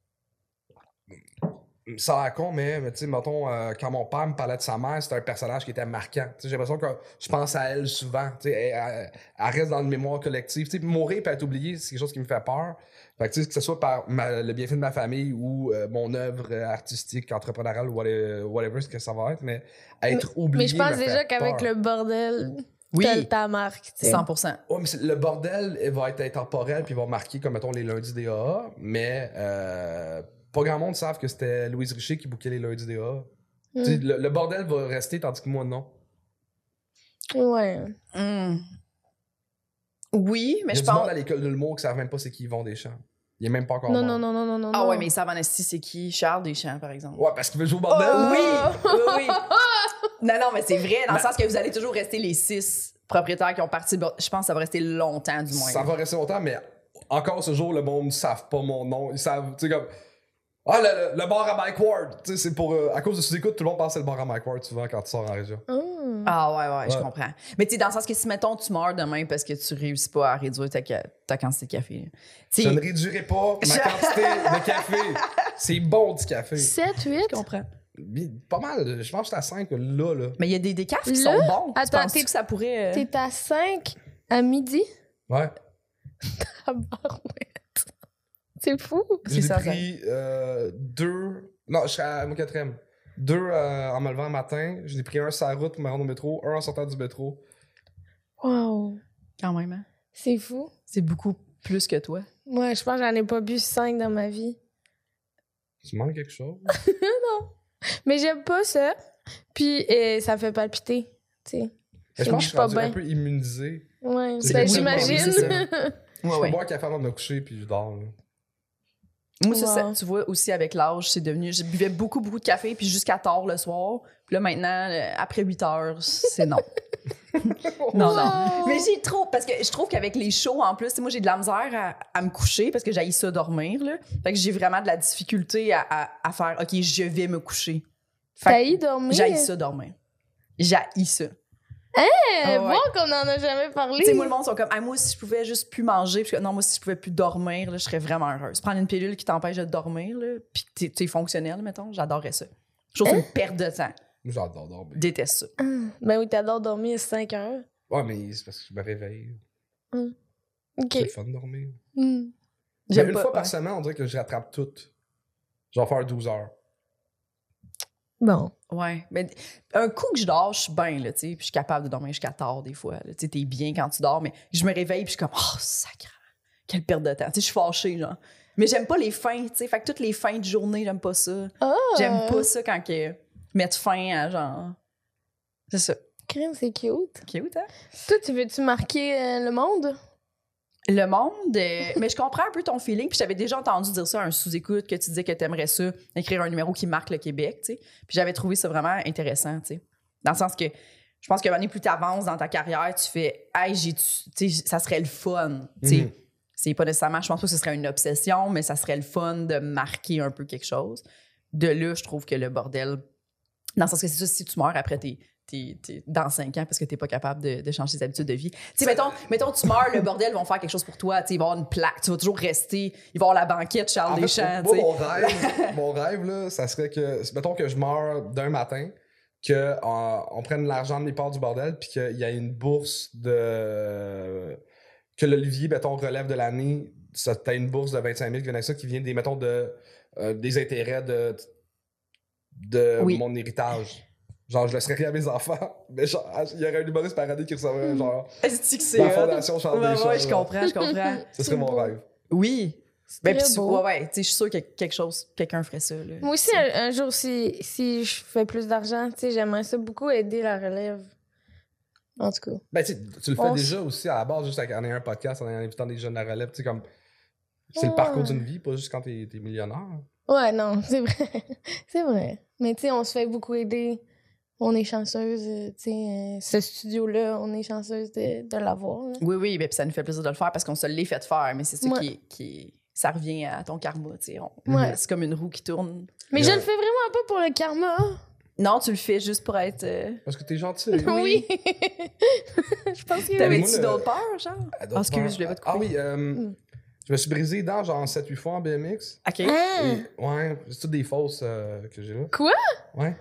ça a l'air con, mais, mais tu sais, mettons, euh, quand mon père me parlait de sa mère, c'était un personnage qui était marquant. Tu sais, j'ai l'impression que je pense à elle souvent. Tu sais, elle, elle- elle reste dans le mémoire collective. Tu sais, mourir et être oublié, c'est quelque chose qui me fait peur. Fait que, tu sais, que ce soit par ma- le bienfait de ma famille ou euh, mon œuvre euh, artistique, entrepreneuriale ou whatever, whatever ce que ça va être, mais être oublié. Mais je pense me déjà fait qu'avec peur. le bordel, Oui, t'as ta marque, tu sais. cent pour cent. Ouais, mais c'est- le bordel il va être intemporel puis il va marquer comme mettons les lundis D A A, mais euh, pas grand monde savent que c'était Louise Richer qui bouquait les lundis D A A. Mm. Tu sais, Le, le bordel va rester tandis que moi non. Ouais. Mm. Oui, mais Il y je a du monde pense. à l'école de l'humour qui savent même pas c'est qui Yvon Deschamps. Il est même pas encore Non, mort. non, non, non, non, non. Ah non. ouais, mais ils savent en esti c'est qui? Charles Deschamps, par exemple. Ouais, parce qu'il veut jouer au bordel. Oh, oui, Oh! oui, oui. Non, non, mais c'est vrai, dans le Ben- sens que vous allez toujours rester les six propriétaires qui ont parti. le bord- Je pense que ça va rester longtemps, du moins. Ça va rester longtemps, mais encore ce jour, le monde ne savent pas mon nom. Ils savent, tu sais, comme. Ah, le, le bar à Mike Ward. Tu sais, c'est pour. euh, à cause de sous-écoute, tout le monde pense que c'est le bar à Mike Ward souvent quand tu sors en région. Mm. Ah ouais, ouais, je Ouais. comprends. Mais tu sais, dans le sens que si, mettons, tu meurs demain parce que tu réussis pas à réduire ta, ca- ta quantité de café. Tu Je sais, ne réduirai pas ma Je- quantité de café. C'est bon du café. sept, huit? je comprends. Mais pas mal. Je pense que j'étais à cinq là. là. Mais il y a des décafs qui Là? sont bons. Attends, tu penses t'es- que ça pourrait... euh, T'es à cinq à midi? Ouais. Ah, barouette. C'est fou. J'ai C'est ça, pris euh, deux. Non, je suis à mon quatrième. Deux euh, en me levant le matin. J'en ai pris un sur la route pour me rendre au métro, un en sortant du métro. Wow. Quand même, hein? C'est fou. C'est beaucoup plus que toi. Moi, je pense que j'en ai pas bu cinq dans ma vie. Tu manques quelque chose? Mais j'aime pas ça. Puis euh, ça me fait palpiter. Tu sais. Mais je pense que je suis pas rendu bien. un peu immunisé. Ouais, C'est ben, beaucoup j'imagine. de c'est ça. Je Ouais, peux ouais. boire un café avant de me coucher puis je dors. là. Moi, ça, Wow. ça, tu vois, aussi avec l'âge, c'est devenu... Je buvais beaucoup, beaucoup de café, puis jusqu'à tard le soir. Puis là, maintenant, euh, après huit heures, c'est non. Non, non. Wow. Mais j'ai trop... Parce que je trouve qu'avec les shows, en plus, tu sais, moi, j'ai de la misère à, à me coucher parce que j'haïs ça dormir, là. Fait que j'ai vraiment de la difficulté à, à, à faire « OK, je vais me coucher ». Fait T'as que y dormi? j'haïs ça dormir. J'haïs ça. Eh, Ah ouais. bon qu'on en a jamais parlé. Tu sais, moi, le monde sont comme, ah, moi, si je pouvais juste plus manger, puis que, non, moi, si je pouvais plus dormir, là, je serais vraiment heureuse. Prendre une pilule qui t'empêche de dormir, là, puis que t'es- t'es fonctionnel, mettons, j'adorerais ça. Je trouve que c'est une perte de temps. Moi, j'adore dormir. Déteste ça. Ben oui, t'adores dormir cinq heures. Ouais, mais c'est parce que je me réveille. OK. C'est le fun de dormir. Hmm. Mais J'aime une pas. fois par ouais. semaine, on dirait que je rattrape tout. Je vais faire douze heures. Bon. Ouais. Mais un coup que je dors, je suis bien, là, tu sais, puis je suis capable de dormir jusqu'à tard, des fois. là. Tu sais, t'es bien quand tu dors, mais je me réveille, puis je suis comme, oh, sacré. Quelle perte de temps. Tu sais, je suis fâchée, genre. Mais j'aime pas les fins, tu sais. Fait que toutes les fins de journée, j'aime pas ça. Ah! J'aime pas ça quand que mettre fin à genre. C'est ça. Crème, c'est cute. Cute, hein? Toi, tu veux-tu marquer euh, le monde? Le monde, euh, mais je comprends un peu ton feeling. Puis j'avais déjà entendu dire ça à un sous-écoute, que tu disais que tu aimerais ça, écrire un numéro qui marque le Québec, tu sais. Puis j'avais trouvé ça vraiment intéressant, tu sais. Dans le sens que je pense qu'à un moment donné, plus tu avances dans ta carrière, tu fais, hey, j'ai, tu sais, ça serait le fun, tu sais. Mhm. C'est pas nécessairement, je pense pas que ce serait une obsession, mais ça serait le fun de marquer un peu quelque chose. De là, je trouve que le bordel, dans le sens que c'est ça, si tu meurs après tes, t'es, t'es dans cinq ans parce que t'es pas capable de, de changer tes habitudes de vie. Tu sais, mettons, mettons, tu meurs, le bordel vont faire quelque chose pour toi. Tu sais, il va y avoir une plaque, tu vas toujours rester. Il va y avoir la banquette Charles En fait, Deschamps. moi, tu sais. mon rêve, mon rêve là, ça serait que, mettons que je meurs d'un matin, qu'on on prenne l'argent de mes parts du bordel, puis qu'il y ait une bourse de. Que l'Olivier, mettons, relève de l'année, ça t'as une bourse de vingt-cinq mille qui vient avec ça, qui vient des, mettons, de, euh, des intérêts de, de Oui. mon héritage. Genre, je laisserais rien à mes enfants, mais genre, il y aurait un humoriste par année qui recevrait, genre, Est-ce que c'est la hot? fondation Charles Ouais, Deschamps. ouais, je genre. comprends, je comprends. Ce serait mon beau. rêve. Oui. C'est Ben, très puis, beau. ouais, ouais, tu sais, je suis sûre que quelque chose, quelqu'un ferait ça, là. Moi aussi, un, un jour, si, si je fais plus d'argent, tu sais, j'aimerais ça beaucoup aider la relève. En tout cas. Ben, tu sais, tu le fais On déjà aussi à la base, juste en ayant un podcast, en invitant des jeunes à la relève, tu sais, comme. C'est le Ouais. parcours d'une vie, pas juste quand t'es, t'es millionnaire. Ouais, non, c'est vrai. C'est vrai. Mais tu sais, on se fait beaucoup aider. On est chanceuse, euh, tu sais, euh, ce studio-là, on est chanceuse de, de l'avoir. là. Oui, oui, ben, puis ça nous fait plaisir de le faire parce qu'on se l'est fait faire, mais c'est ça Ouais. qui, est, qui est- ça revient à ton karma, tu sais. on- Ouais. C'est comme une roue qui tourne. Mais Ouais. je le fais vraiment pas pour le karma. Non, tu le fais juste pour être. euh, Parce que t'es gentil. Oui. je pense que T'avais-tu moi, le- d'autres peurs, genre? Ah, Ah, excuse, je voulais pas te couper. Ah oui, euh, Mm. je me suis brisé les dents genre sept huit fois en B M X. OK. Ah! Et- ouais, c'est toutes des fausses euh, que j'ai là. Quoi? Ouais.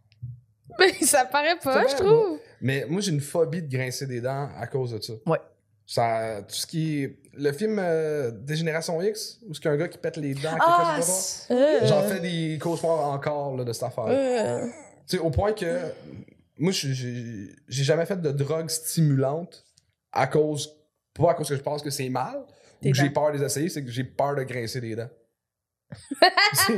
Ben, ça paraît pas, Ça je paraît trouve. Mais moi, j'ai une phobie de grincer des dents à cause de ça. Ouais. Ça, tout ce qui est. Le film euh, Dégénération X, où c'est un gars qui pète les dents, qui Ah! fait c'est- Euh, J'en fais des cauchemars encore là, de cette affaire. euh, Tu sais, au point que. Moi, je- j'ai j'ai jamais fait de drogue stimulante à cause. Pas à cause que je pense que c'est mal, Tes ou que j'ai dents. peur de les essayer, c'est que j'ai peur de grincer des dents. C'est-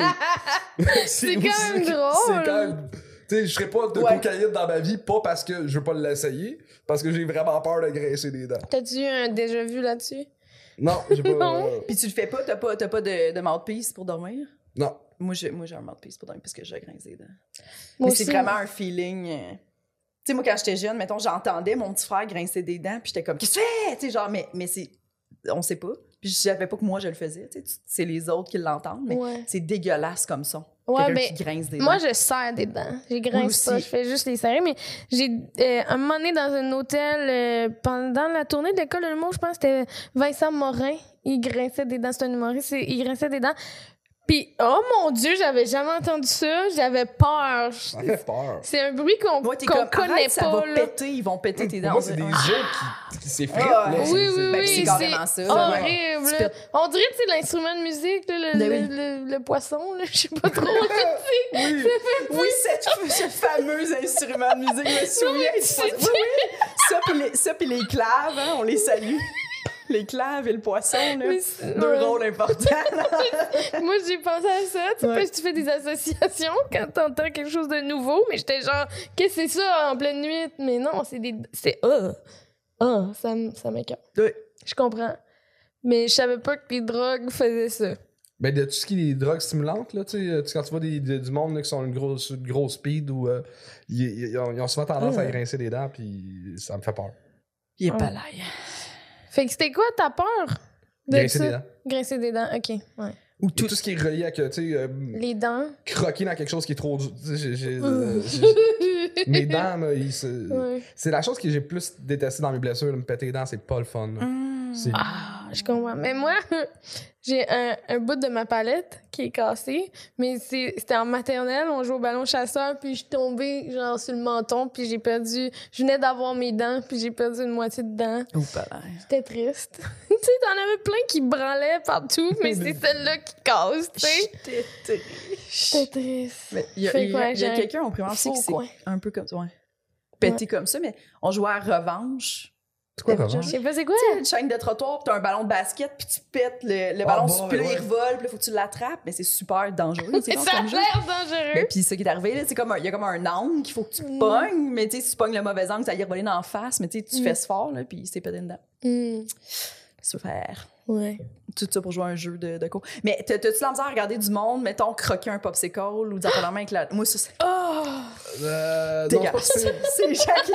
C'est oui, quand même c'est- drôle. C'est quand même. Tu sais, je serais pas de Ouais. cocaïne dans ma vie, pas parce que je veux pas l'essayer, parce que j'ai vraiment peur de grincer des dents. T'as-tu eu un déjà vu là-dessus? Non, j'ai pas. Non. euh, Puis tu le fais pas, t'as pas, t'as pas de, de mouthpiece pour dormir? non. Moi, j'ai, moi, j'ai un mouthpiece pour dormir parce que je grince les dents. Moi Mais c'est aussi. vraiment un feeling. euh, Tu sais, moi, quand j'étais jeune, mettons, j'entendais mon petit frère grincer des dents, puis j'étais comme, qu'est-ce que tu fais? Tu sais, genre, mais, mais c'est. On sait pas. Puis je savais pas que moi, je le faisais. Tu sais, tu- c'est les autres qui l'entendent, mais Ouais. c'est dégueulasse comme son. Ouais, Quelqu'un mais qui grince des moi, dents. je serre des dents. Je Oui, grince aussi. pas, je fais juste les serrer. Mais j'ai, euh, un moment donné, dans un hôtel, euh, pendant la tournée de l'école de l'humour, je pense que c'était Vincent Morin. Il grinçait des dents. C'est un humoriste. c'est- Il grinçait des dents. Puis, oh mon Dieu, j'avais jamais entendu ça. J'avais peur. Ça fait peur. C'est un bruit qu'on Moi, t'es qu'on comme, connaît arrête, ça pas. va là. péter, ils vont péter tes Pour dents. moi, c'est des Ouais. jeux qui, qui s'effritent. Ah, là. ouais. C'est- Oui, c'est- oui, ben, oui, c'est c'est carrément ça, là, ouais. horrible. Tu pètes. On dirait, tu sais, l'instrument de musique, là, le, Ben le, oui. le- le poisson, là, je sais pas trop. Oui, oui cette, ce fameux instrument de musique, je me souviens. mais du tu- poisson. Oui, oui. Ça, puis les, ça, puis les claves, hein, on les salue. Les claves et le poisson, là. Mais c'est- Deux ouais. rôles importants. Moi, j'ai pensé à ça. Tu sais, Ouais. parce que tu fais des associations quand t'entends quelque chose de nouveau, mais j'étais genre, qu'est-ce que c'est ça en pleine nuit? Mais non, c'est des. C'est. Ah! Ah, ça, m- ça m'écoeure. Oui. Je comprends. Mais je savais pas que les drogues faisaient ça. Ben, de tout ce qui est des drogues stimulantes, là, tu sais, tu- quand tu vois des, des- du monde là, qui sont une grosse, une grosse speed ou euh, ils, ils- ils ont, ils ont souvent tendance à Mm. grincer des dents, puis ça me fait peur. Il est Ouais. pas là. Fait que c'était quoi ta peur? De Grincer ça? des dents. Grincer des dents, ok. Ouais. Ou Tout, tout. tout ce qui est relié à que, tu sais, euh, Les dents. croquer dans quelque chose qui est trop dur. Tu sais, j'ai- j'ai- euh, j'ai- mes dents, là, ils se- Ouais. c'est la chose que j'ai plus détesté dans mes blessures, là, me péter les dents, c'est pas le fun. là. Mmh. C'est- Ah, je comprends. Mais moi, j'ai un, un bout de ma palette qui est cassé, mais c'est- c'était en maternelle, on jouait au ballon chasseur, puis je suis tombée genre sur le menton, puis j'ai perdu, je venais d'avoir mes dents, puis j'ai perdu une moitié de dents. Ou pas là. C'était triste. tu sais, t'en avais plein qui branlaient partout, mais c'est celle-là qui casse, tu sais. J'étais triste. C'était triste. Mais il y a, Fait il y a- quoi, il y a j'ai un quelqu'un au primaire aussi faux qui c'est coin. un peu comme ça. Ouais. Pété comme ça, mais on jouait à revanche. C'est quoi, T'as revanche? Je sais pas c'est quoi. Tu sais, une chaîne de trottoir, puis t'as un ballon de basket, puis tu pètes le, le Ah, ballon, boy, puis là, ouais. il revole, puis là, faut que tu l'attrapes. Mais c'est super dangereux. C'est Ça a comme jeu. l'air dangereux. Ben, puis ce qui est arrivé, là, c'est comme un- il y a comme un angle qu'il faut que tu Mm. pognes, mais tu sais, si tu pognes le mauvais angle, ça y est revolé dans la face, mais tu sais, tu Mm. fais ce fort, là, puis il s'est pété dedans. Hmm. Super. Ouais. Tout ça pour jouer à un jeu de, de co. Mais t'as- t'as-tu la misère à regarder du monde, mettons, croquer un popsicle ou dire la main avec la. Moi, ça, c'est Oh! Euh, non, c'est pas dégueulasse. si pire. C'est les gens qui.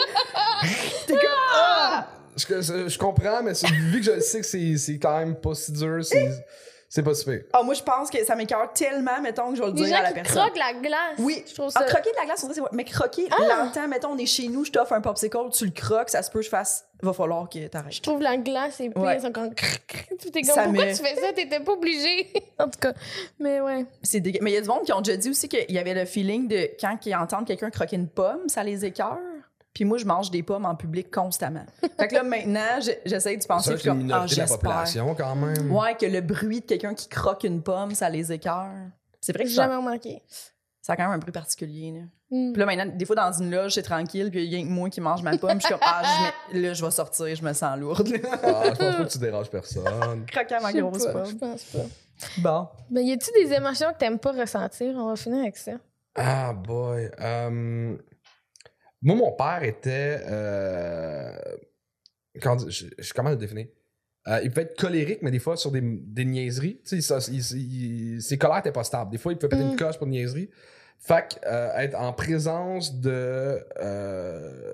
T'es comme. Ah! Je, je- je comprends, mais c'est- vu que je sais que c'est c'est quand même pas si dur, c'est c'est pas super. Ah, moi, je pense que ça m'écoeure tellement, mettons, que je vais le Les dire à gens la qui personne. croquent la glace. Oui, je trouve ah, ça. croquer de la glace, on dirait, c'est... mais croquer Ah! longtemps, mettons, on est chez nous, je t'offre un popsicle, tu le croques, ça se peut, je fasse, va falloir que t'arrêtes. Je trouve la glace c'est pire. Ouais. C'est comme. Tu t'es comme, Ça pourquoi me- tu fais ça? T'étais pas obligé. En tout cas. Mais ouais. C'est dégueu. Mais il y a du monde qui ont déjà dit aussi qu'il y avait le feeling de quand ils entendent quelqu'un croquer une pomme, ça les écoeure. Puis moi, je mange des pommes en public constamment. Fait que là, maintenant, je- j'essaie de C'est penser vrai que c'est une comme, ah, minorité de la j'espère. population, quand même. Ouais, que le bruit de quelqu'un qui croque une pomme, ça les écoeure. C'est vrai que J'ai ça, jamais remarqué. ça a quand même un bruit particulier. Là. Mm. Puis là, maintenant, des fois, dans une loge, c'est tranquille, puis il y a rien que moi qui mange ma pomme. Je suis comme, ah, je mets- là, je vais sortir, je me sens lourde. Ah, je pense pas que tu déranges personne. Croquant ma Je sais grosse pas, pomme. je pense pas. Bon. Mais y a-tu des émotions que t'aimes pas ressentir? On va finir avec ça. Ah, boy. Euh, Moi, mon père était. Euh... Quand... Je, je sais comment le définir. Euh, il pouvait être colérique, mais des fois sur des, des niaiseries. Tu sais, ça, il- il- ses colères étaient pas stables. Des fois, il pouvait péter Mm. une coche pour une niaiserie. Fait que, euh, être en présence de. Euh...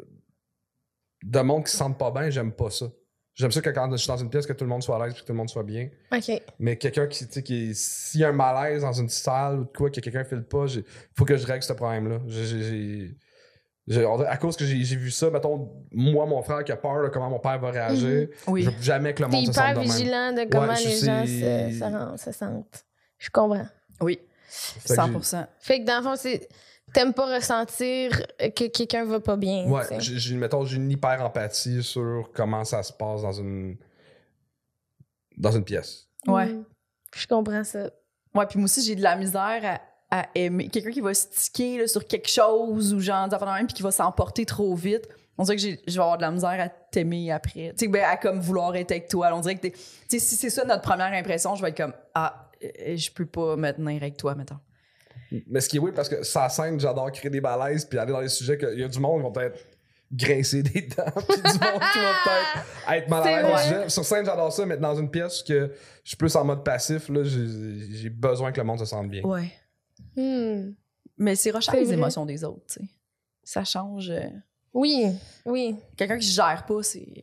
de monde qui se sentent pas bien, j'aime pas ça. J'aime ça que quand je suis dans une pièce, que tout le monde soit à l'aise et que tout le monde soit bien. OK. Mais quelqu'un qui, tu sais, qui est- s'il y a un malaise dans une salle ou de quoi, que quelqu'un ne file pas, il faut que je règle ce problème-là. J'ai, j'ai- j'ai- j'ai- on dirait, à cause que j'ai, j'ai vu ça, mettons, moi, mon frère qui a peur de comment mon père va réagir, Oui. je veux jamais que le T'es monde se sente hyper de même. vigilant de comment Ouais, je les sais- gens se, se, rend- se sentent. Je comprends. Oui. Fait que cent pour cent. Fait que dans le fond, c'est. T'aimes pas ressentir que quelqu'un va pas bien. j'ai- Ouais, tu sais. j'ai, j'ai- mettons, j'ai une hyper empathie sur comment ça se passe dans une dans une pièce. Ouais. Mm. Je comprends ça. Ouais, puis moi aussi, j'ai de la misère à, à aimer. Quelqu'un qui va se tiquer là, sur quelque chose ou genre, des affaires de même, puis qui va s'emporter trop vite. On dirait que j'ai- je vais avoir de la misère à t'aimer après. Tu sais, ben, à comme vouloir être avec toi. On dirait que t'es. Tu sais, si c'est ça notre première impression, je vais être comme, ah, euh, je peux pas me tenir avec toi, mettons. Mais ce qui est weird, parce que sa scène, j'adore créer des balaises puis aller dans les sujets qu'il y a du monde qui vont peut-être grincer des dents, puis du monde qui va peut-être être mal C'est à l'aise. vrai. au sujet. Sur scène, j'adore ça, mais dans une pièce que je suis plus en mode passif, là, j'ai, j'ai besoin que le monde se sente bien. Ouais. Hmm. Mais c'est rochant C'est les vrai. émotions des autres, tu sais. Ça change. euh, Oui, oui. Quelqu'un qui se gère pas, c'est.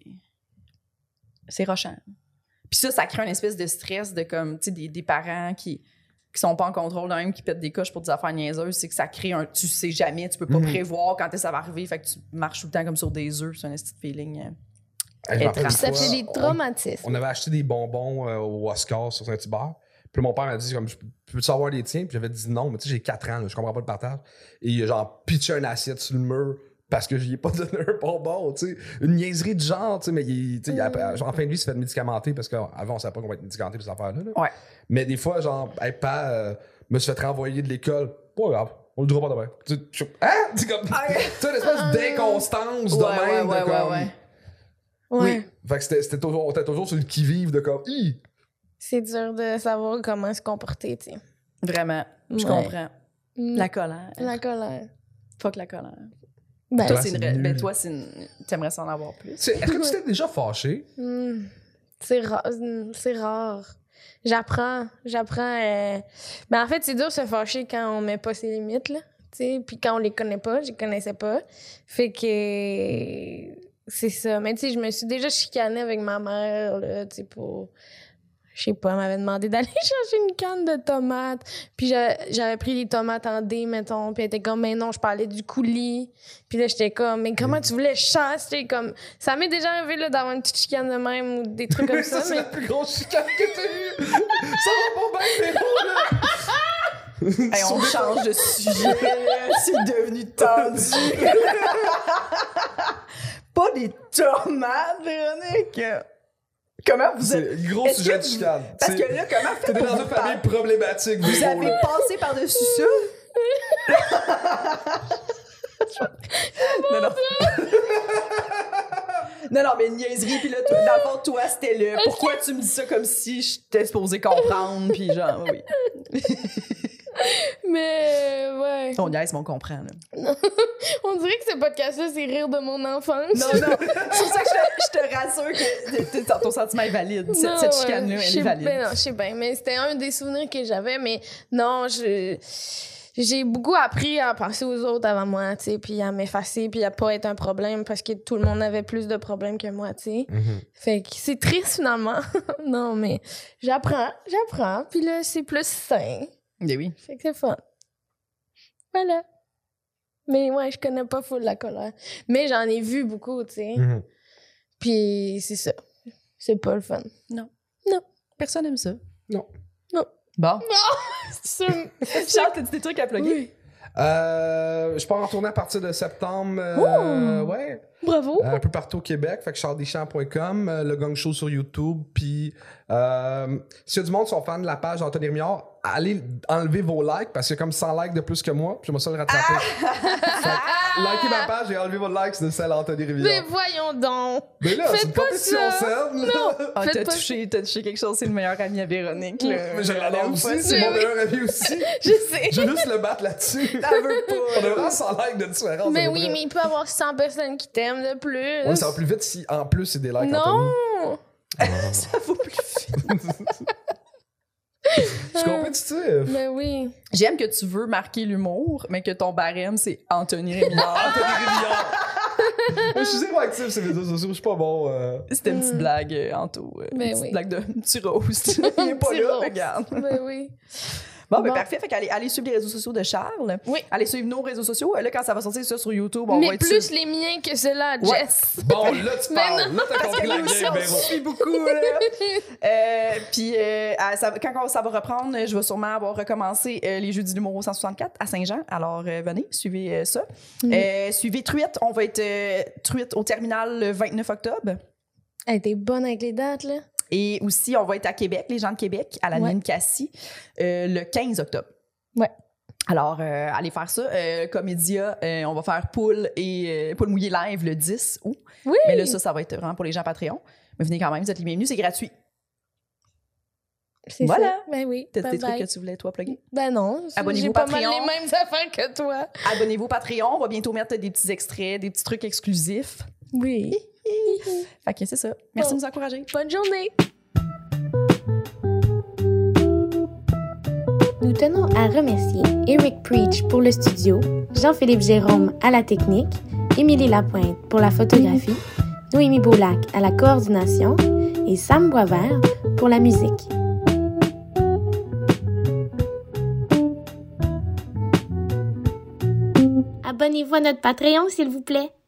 C'est rochant. Puis ça, ça crée une espèce de stress de comme, tu sais, des, des parents qui. qui sont pas en contrôle de même, qui pètent des coches pour des affaires niaiseuses, c'est que ça crée un... Tu sais jamais, tu peux pas Mhm. prévoir quand ça va arriver, fait que tu marches tout le temps comme sur des œufs, c'est un petit feeling. euh. Hey, je me rappelle Puis une Ça fois, fait des on- traumatismes. On avait acheté des bonbons euh, au Oscar sur Saint-Hubert. Puis mon père m'a dit comme, je peux-tu avoir les tiens? Puis j'avais dit non, mais tu sais, j'ai quatre ans, là, je comprends pas le partage. Et il a genre pitché une assiette sur le mur parce que je lui ai pas donné un bonbon, tu sais. Une niaiserie de genre, tu sais, mais il, tu sais, il a- genre, en fin de vie, il s'est fait médicamenter parce qu'avant, on savait pas qu'on va être médicamenté pour ces affaires-là. là. Ouais. Mais des fois, genre, hey, pas, euh, me suis fait renvoyer de l'école. Pas grave, on le dira pas demain. Tu sais, hein? C'est comme, tu sais, une espèce d'inconstance de Ouais, ouais, même. ouais, de ouais, comme... ouais. Ouais. Fait que c'était, c'était toujours, on était toujours sur le qui-vive de comme, hi! C'est dur de savoir comment se comporter, tu sais. Vraiment, je Ouais. comprends. Mm. La colère. La colère. Fuck la colère. Ben, Toi, Toi, c'est c'est une... ra- nul. ben, toi, c'est une... t'aimerais s'en avoir plus. Tu sais, Est-ce que tu t'es déjà fâché? Hmm. C'est rare. C'est rare. J'apprends. J'apprends. euh, Ben, en fait, c'est dur de se fâcher quand on met pas ses limites, là. Tu sais, puis quand on les connaît pas, je les connaissais pas. Fait que. C'est ça. Mais tu sais, je me suis déjà chicanée avec ma mère, là, tu sais, pour. Je sais pas, elle m'avait demandé d'aller chercher une canne de tomates. Puis j'a- j'avais pris les tomates en dés, mettons. Puis elle était comme, mais non, je parlais du coulis. Puis là, j'étais comme, mais comment tu voulais chasser? Comme, ça m'est déjà arrivé là, d'avoir une petite chicane de même ou des trucs comme ça. ça, c'est mais... la plus grosse chicane que t'as eue! Ça va pas bien, mais bon, là! Hey, on change de sujet, là. C'est devenu tendu. Pas des tomates, Véronique. Comment vous C'est êtes... un gros Est-ce sujet que de vous- chicane. Parce C'est- que là, comment T'es faites pour dans vous une famille parler? problématique. Vous Véro, avez là. passé par-dessus ça? non, non. non, non, mais une niaiserie. Puis là, toi, dans le fond, toi, c'était le... Pourquoi tu me dis ça comme si j'étais supposé comprendre? Puis genre, oui. Mais, ouais. On niaise, mais on comprend, là. On dirait que ce podcast-là, c'est rire de mon enfance. Non, non. C'est pour ça que je te, je te rassure que t- t- ton sentiment est valide. Cette, Non, cette ouais. chicane-là, Je elle sais- est valide. ben non, je sais bien, mais c'était un des souvenirs que j'avais, mais non, je... j'ai beaucoup appris à penser aux autres avant moi, tu sais, puis à m'effacer, puis à pas être un problème parce que tout le monde avait plus de problèmes que moi, tu sais. Mhm. Fait que c'est triste finalement. Non, mais j'apprends, j'apprends, puis là, c'est plus sain. Mais oui. Fait que c'est fun. Voilà. Mais ouais, je connais pas full la colère. Mais j'en ai vu beaucoup, tu sais. Mhm. Puis c'est ça. C'est pas le fun. Personne aime ça. Non. Non. Bon. C'est Charles, t'as-tu des trucs à plugger? Oui. Euh, je pars en tournée à partir de septembre. Euh, ouais. Bravo. Un peu partout au Québec. Fait que charles deschamps point com, euh, le Gang Show sur YouTube. Puis, euh, s'il y a du monde qui sont fans de la page d'Anthony Rémillard, allez enlever vos likes parce qu'il y a comme cent likes de plus que moi. Puis, je vais ça le rattraper. Fait que, likez ma page et enlevez vos likes de celle d'Anthony Mais Rémillard. voyons donc. Mais là, faites c'est une pas compétition ça. saine. là. Ah, Faites t'as pas- touché, t'as touché quelque chose, c'est le meilleur ami à Véronique. Là. Mais je l'adore aussi. pas C'est ça. mon meilleur ami aussi. Je sais. Je vais juste le battre là-dessus. Elle veut pas. On a vraiment cent likes de différence. Mais à peu oui, près. mais il peut y avoir cent personnes qui t'aiment de plus. Ouais, ça va plus vite si en plus c'est des likes, Anthony. Non. Ça vaut plus vite. Je suis compétitif. Mais oui. J'aime que tu veux marquer l'humour, mais que ton barème, c'est Anthony Rémillard. Anthony Rémillard. Je suis zéro actif sur les réseaux sociaux, je suis pas bon. euh. C'était une petite Mm. blague, euh, Anto. euh, Ben une petite oui. blague de petit roast. Il est pas Petit là, roast. regarde. Mais oui. Bon, ben Bon. parfait. Fait qu'allez allez suivre les réseaux sociaux de Charles. Oui. Allez suivre nos réseaux sociaux. Là, quand ça va sortir ça sur YouTube, on va Mais être plus sur- les miens que ceux-là, Ouais. Jess. Bon, là tu Mais parles, là t'as Parce compris que la nous aussi, game, on Véro. suit beaucoup, là. Euh, puis, euh, à- ça- quand on- ça va reprendre, je vais sûrement avoir recommencé euh, les Jeux du numéro cent soixante-quatre à Saint-Jean. Alors, euh, venez, suivez euh, ça. Mm. Euh, suivez Truite. On va être euh, Truite au terminal le vingt-neuf octobre. Elle était bonne avec les dates, là. Et aussi, on va être à Québec, les gens de Québec, à la Ouais. Mine Cassis, euh, le quinze octobre. Ouais. Alors, euh, allez faire ça. Euh, Comédia, euh, on va faire Poule et euh, Poule mouillée live le dix août. Oui. Mais là, ça, ça va être vraiment pour les gens Patreon. Mais venez quand même, vous êtes les bienvenus, c'est gratuit. C'est Voilà. ça. Ben oui. T'as des Bye trucs bye. que tu voulais, toi, plugger? Ben non. ça, Abonnez-vous J'ai au pas mal Patreon. les mêmes affaires que toi. Abonnez-vous au Patreon. On va bientôt mettre des petits extraits, des petits trucs exclusifs. Oui. Fait que c'est ça. Merci Bon. de nous encourager. Bonne journée. Nous tenons à remercier Eric Preach pour le studio, Jean-Philippe Jérôme à la technique, Émilie Lapointe pour la photographie, Noémie Boulac à la coordination et Sam Boisvert pour la musique. Abonnez-vous à notre Patreon, s'il vous plaît.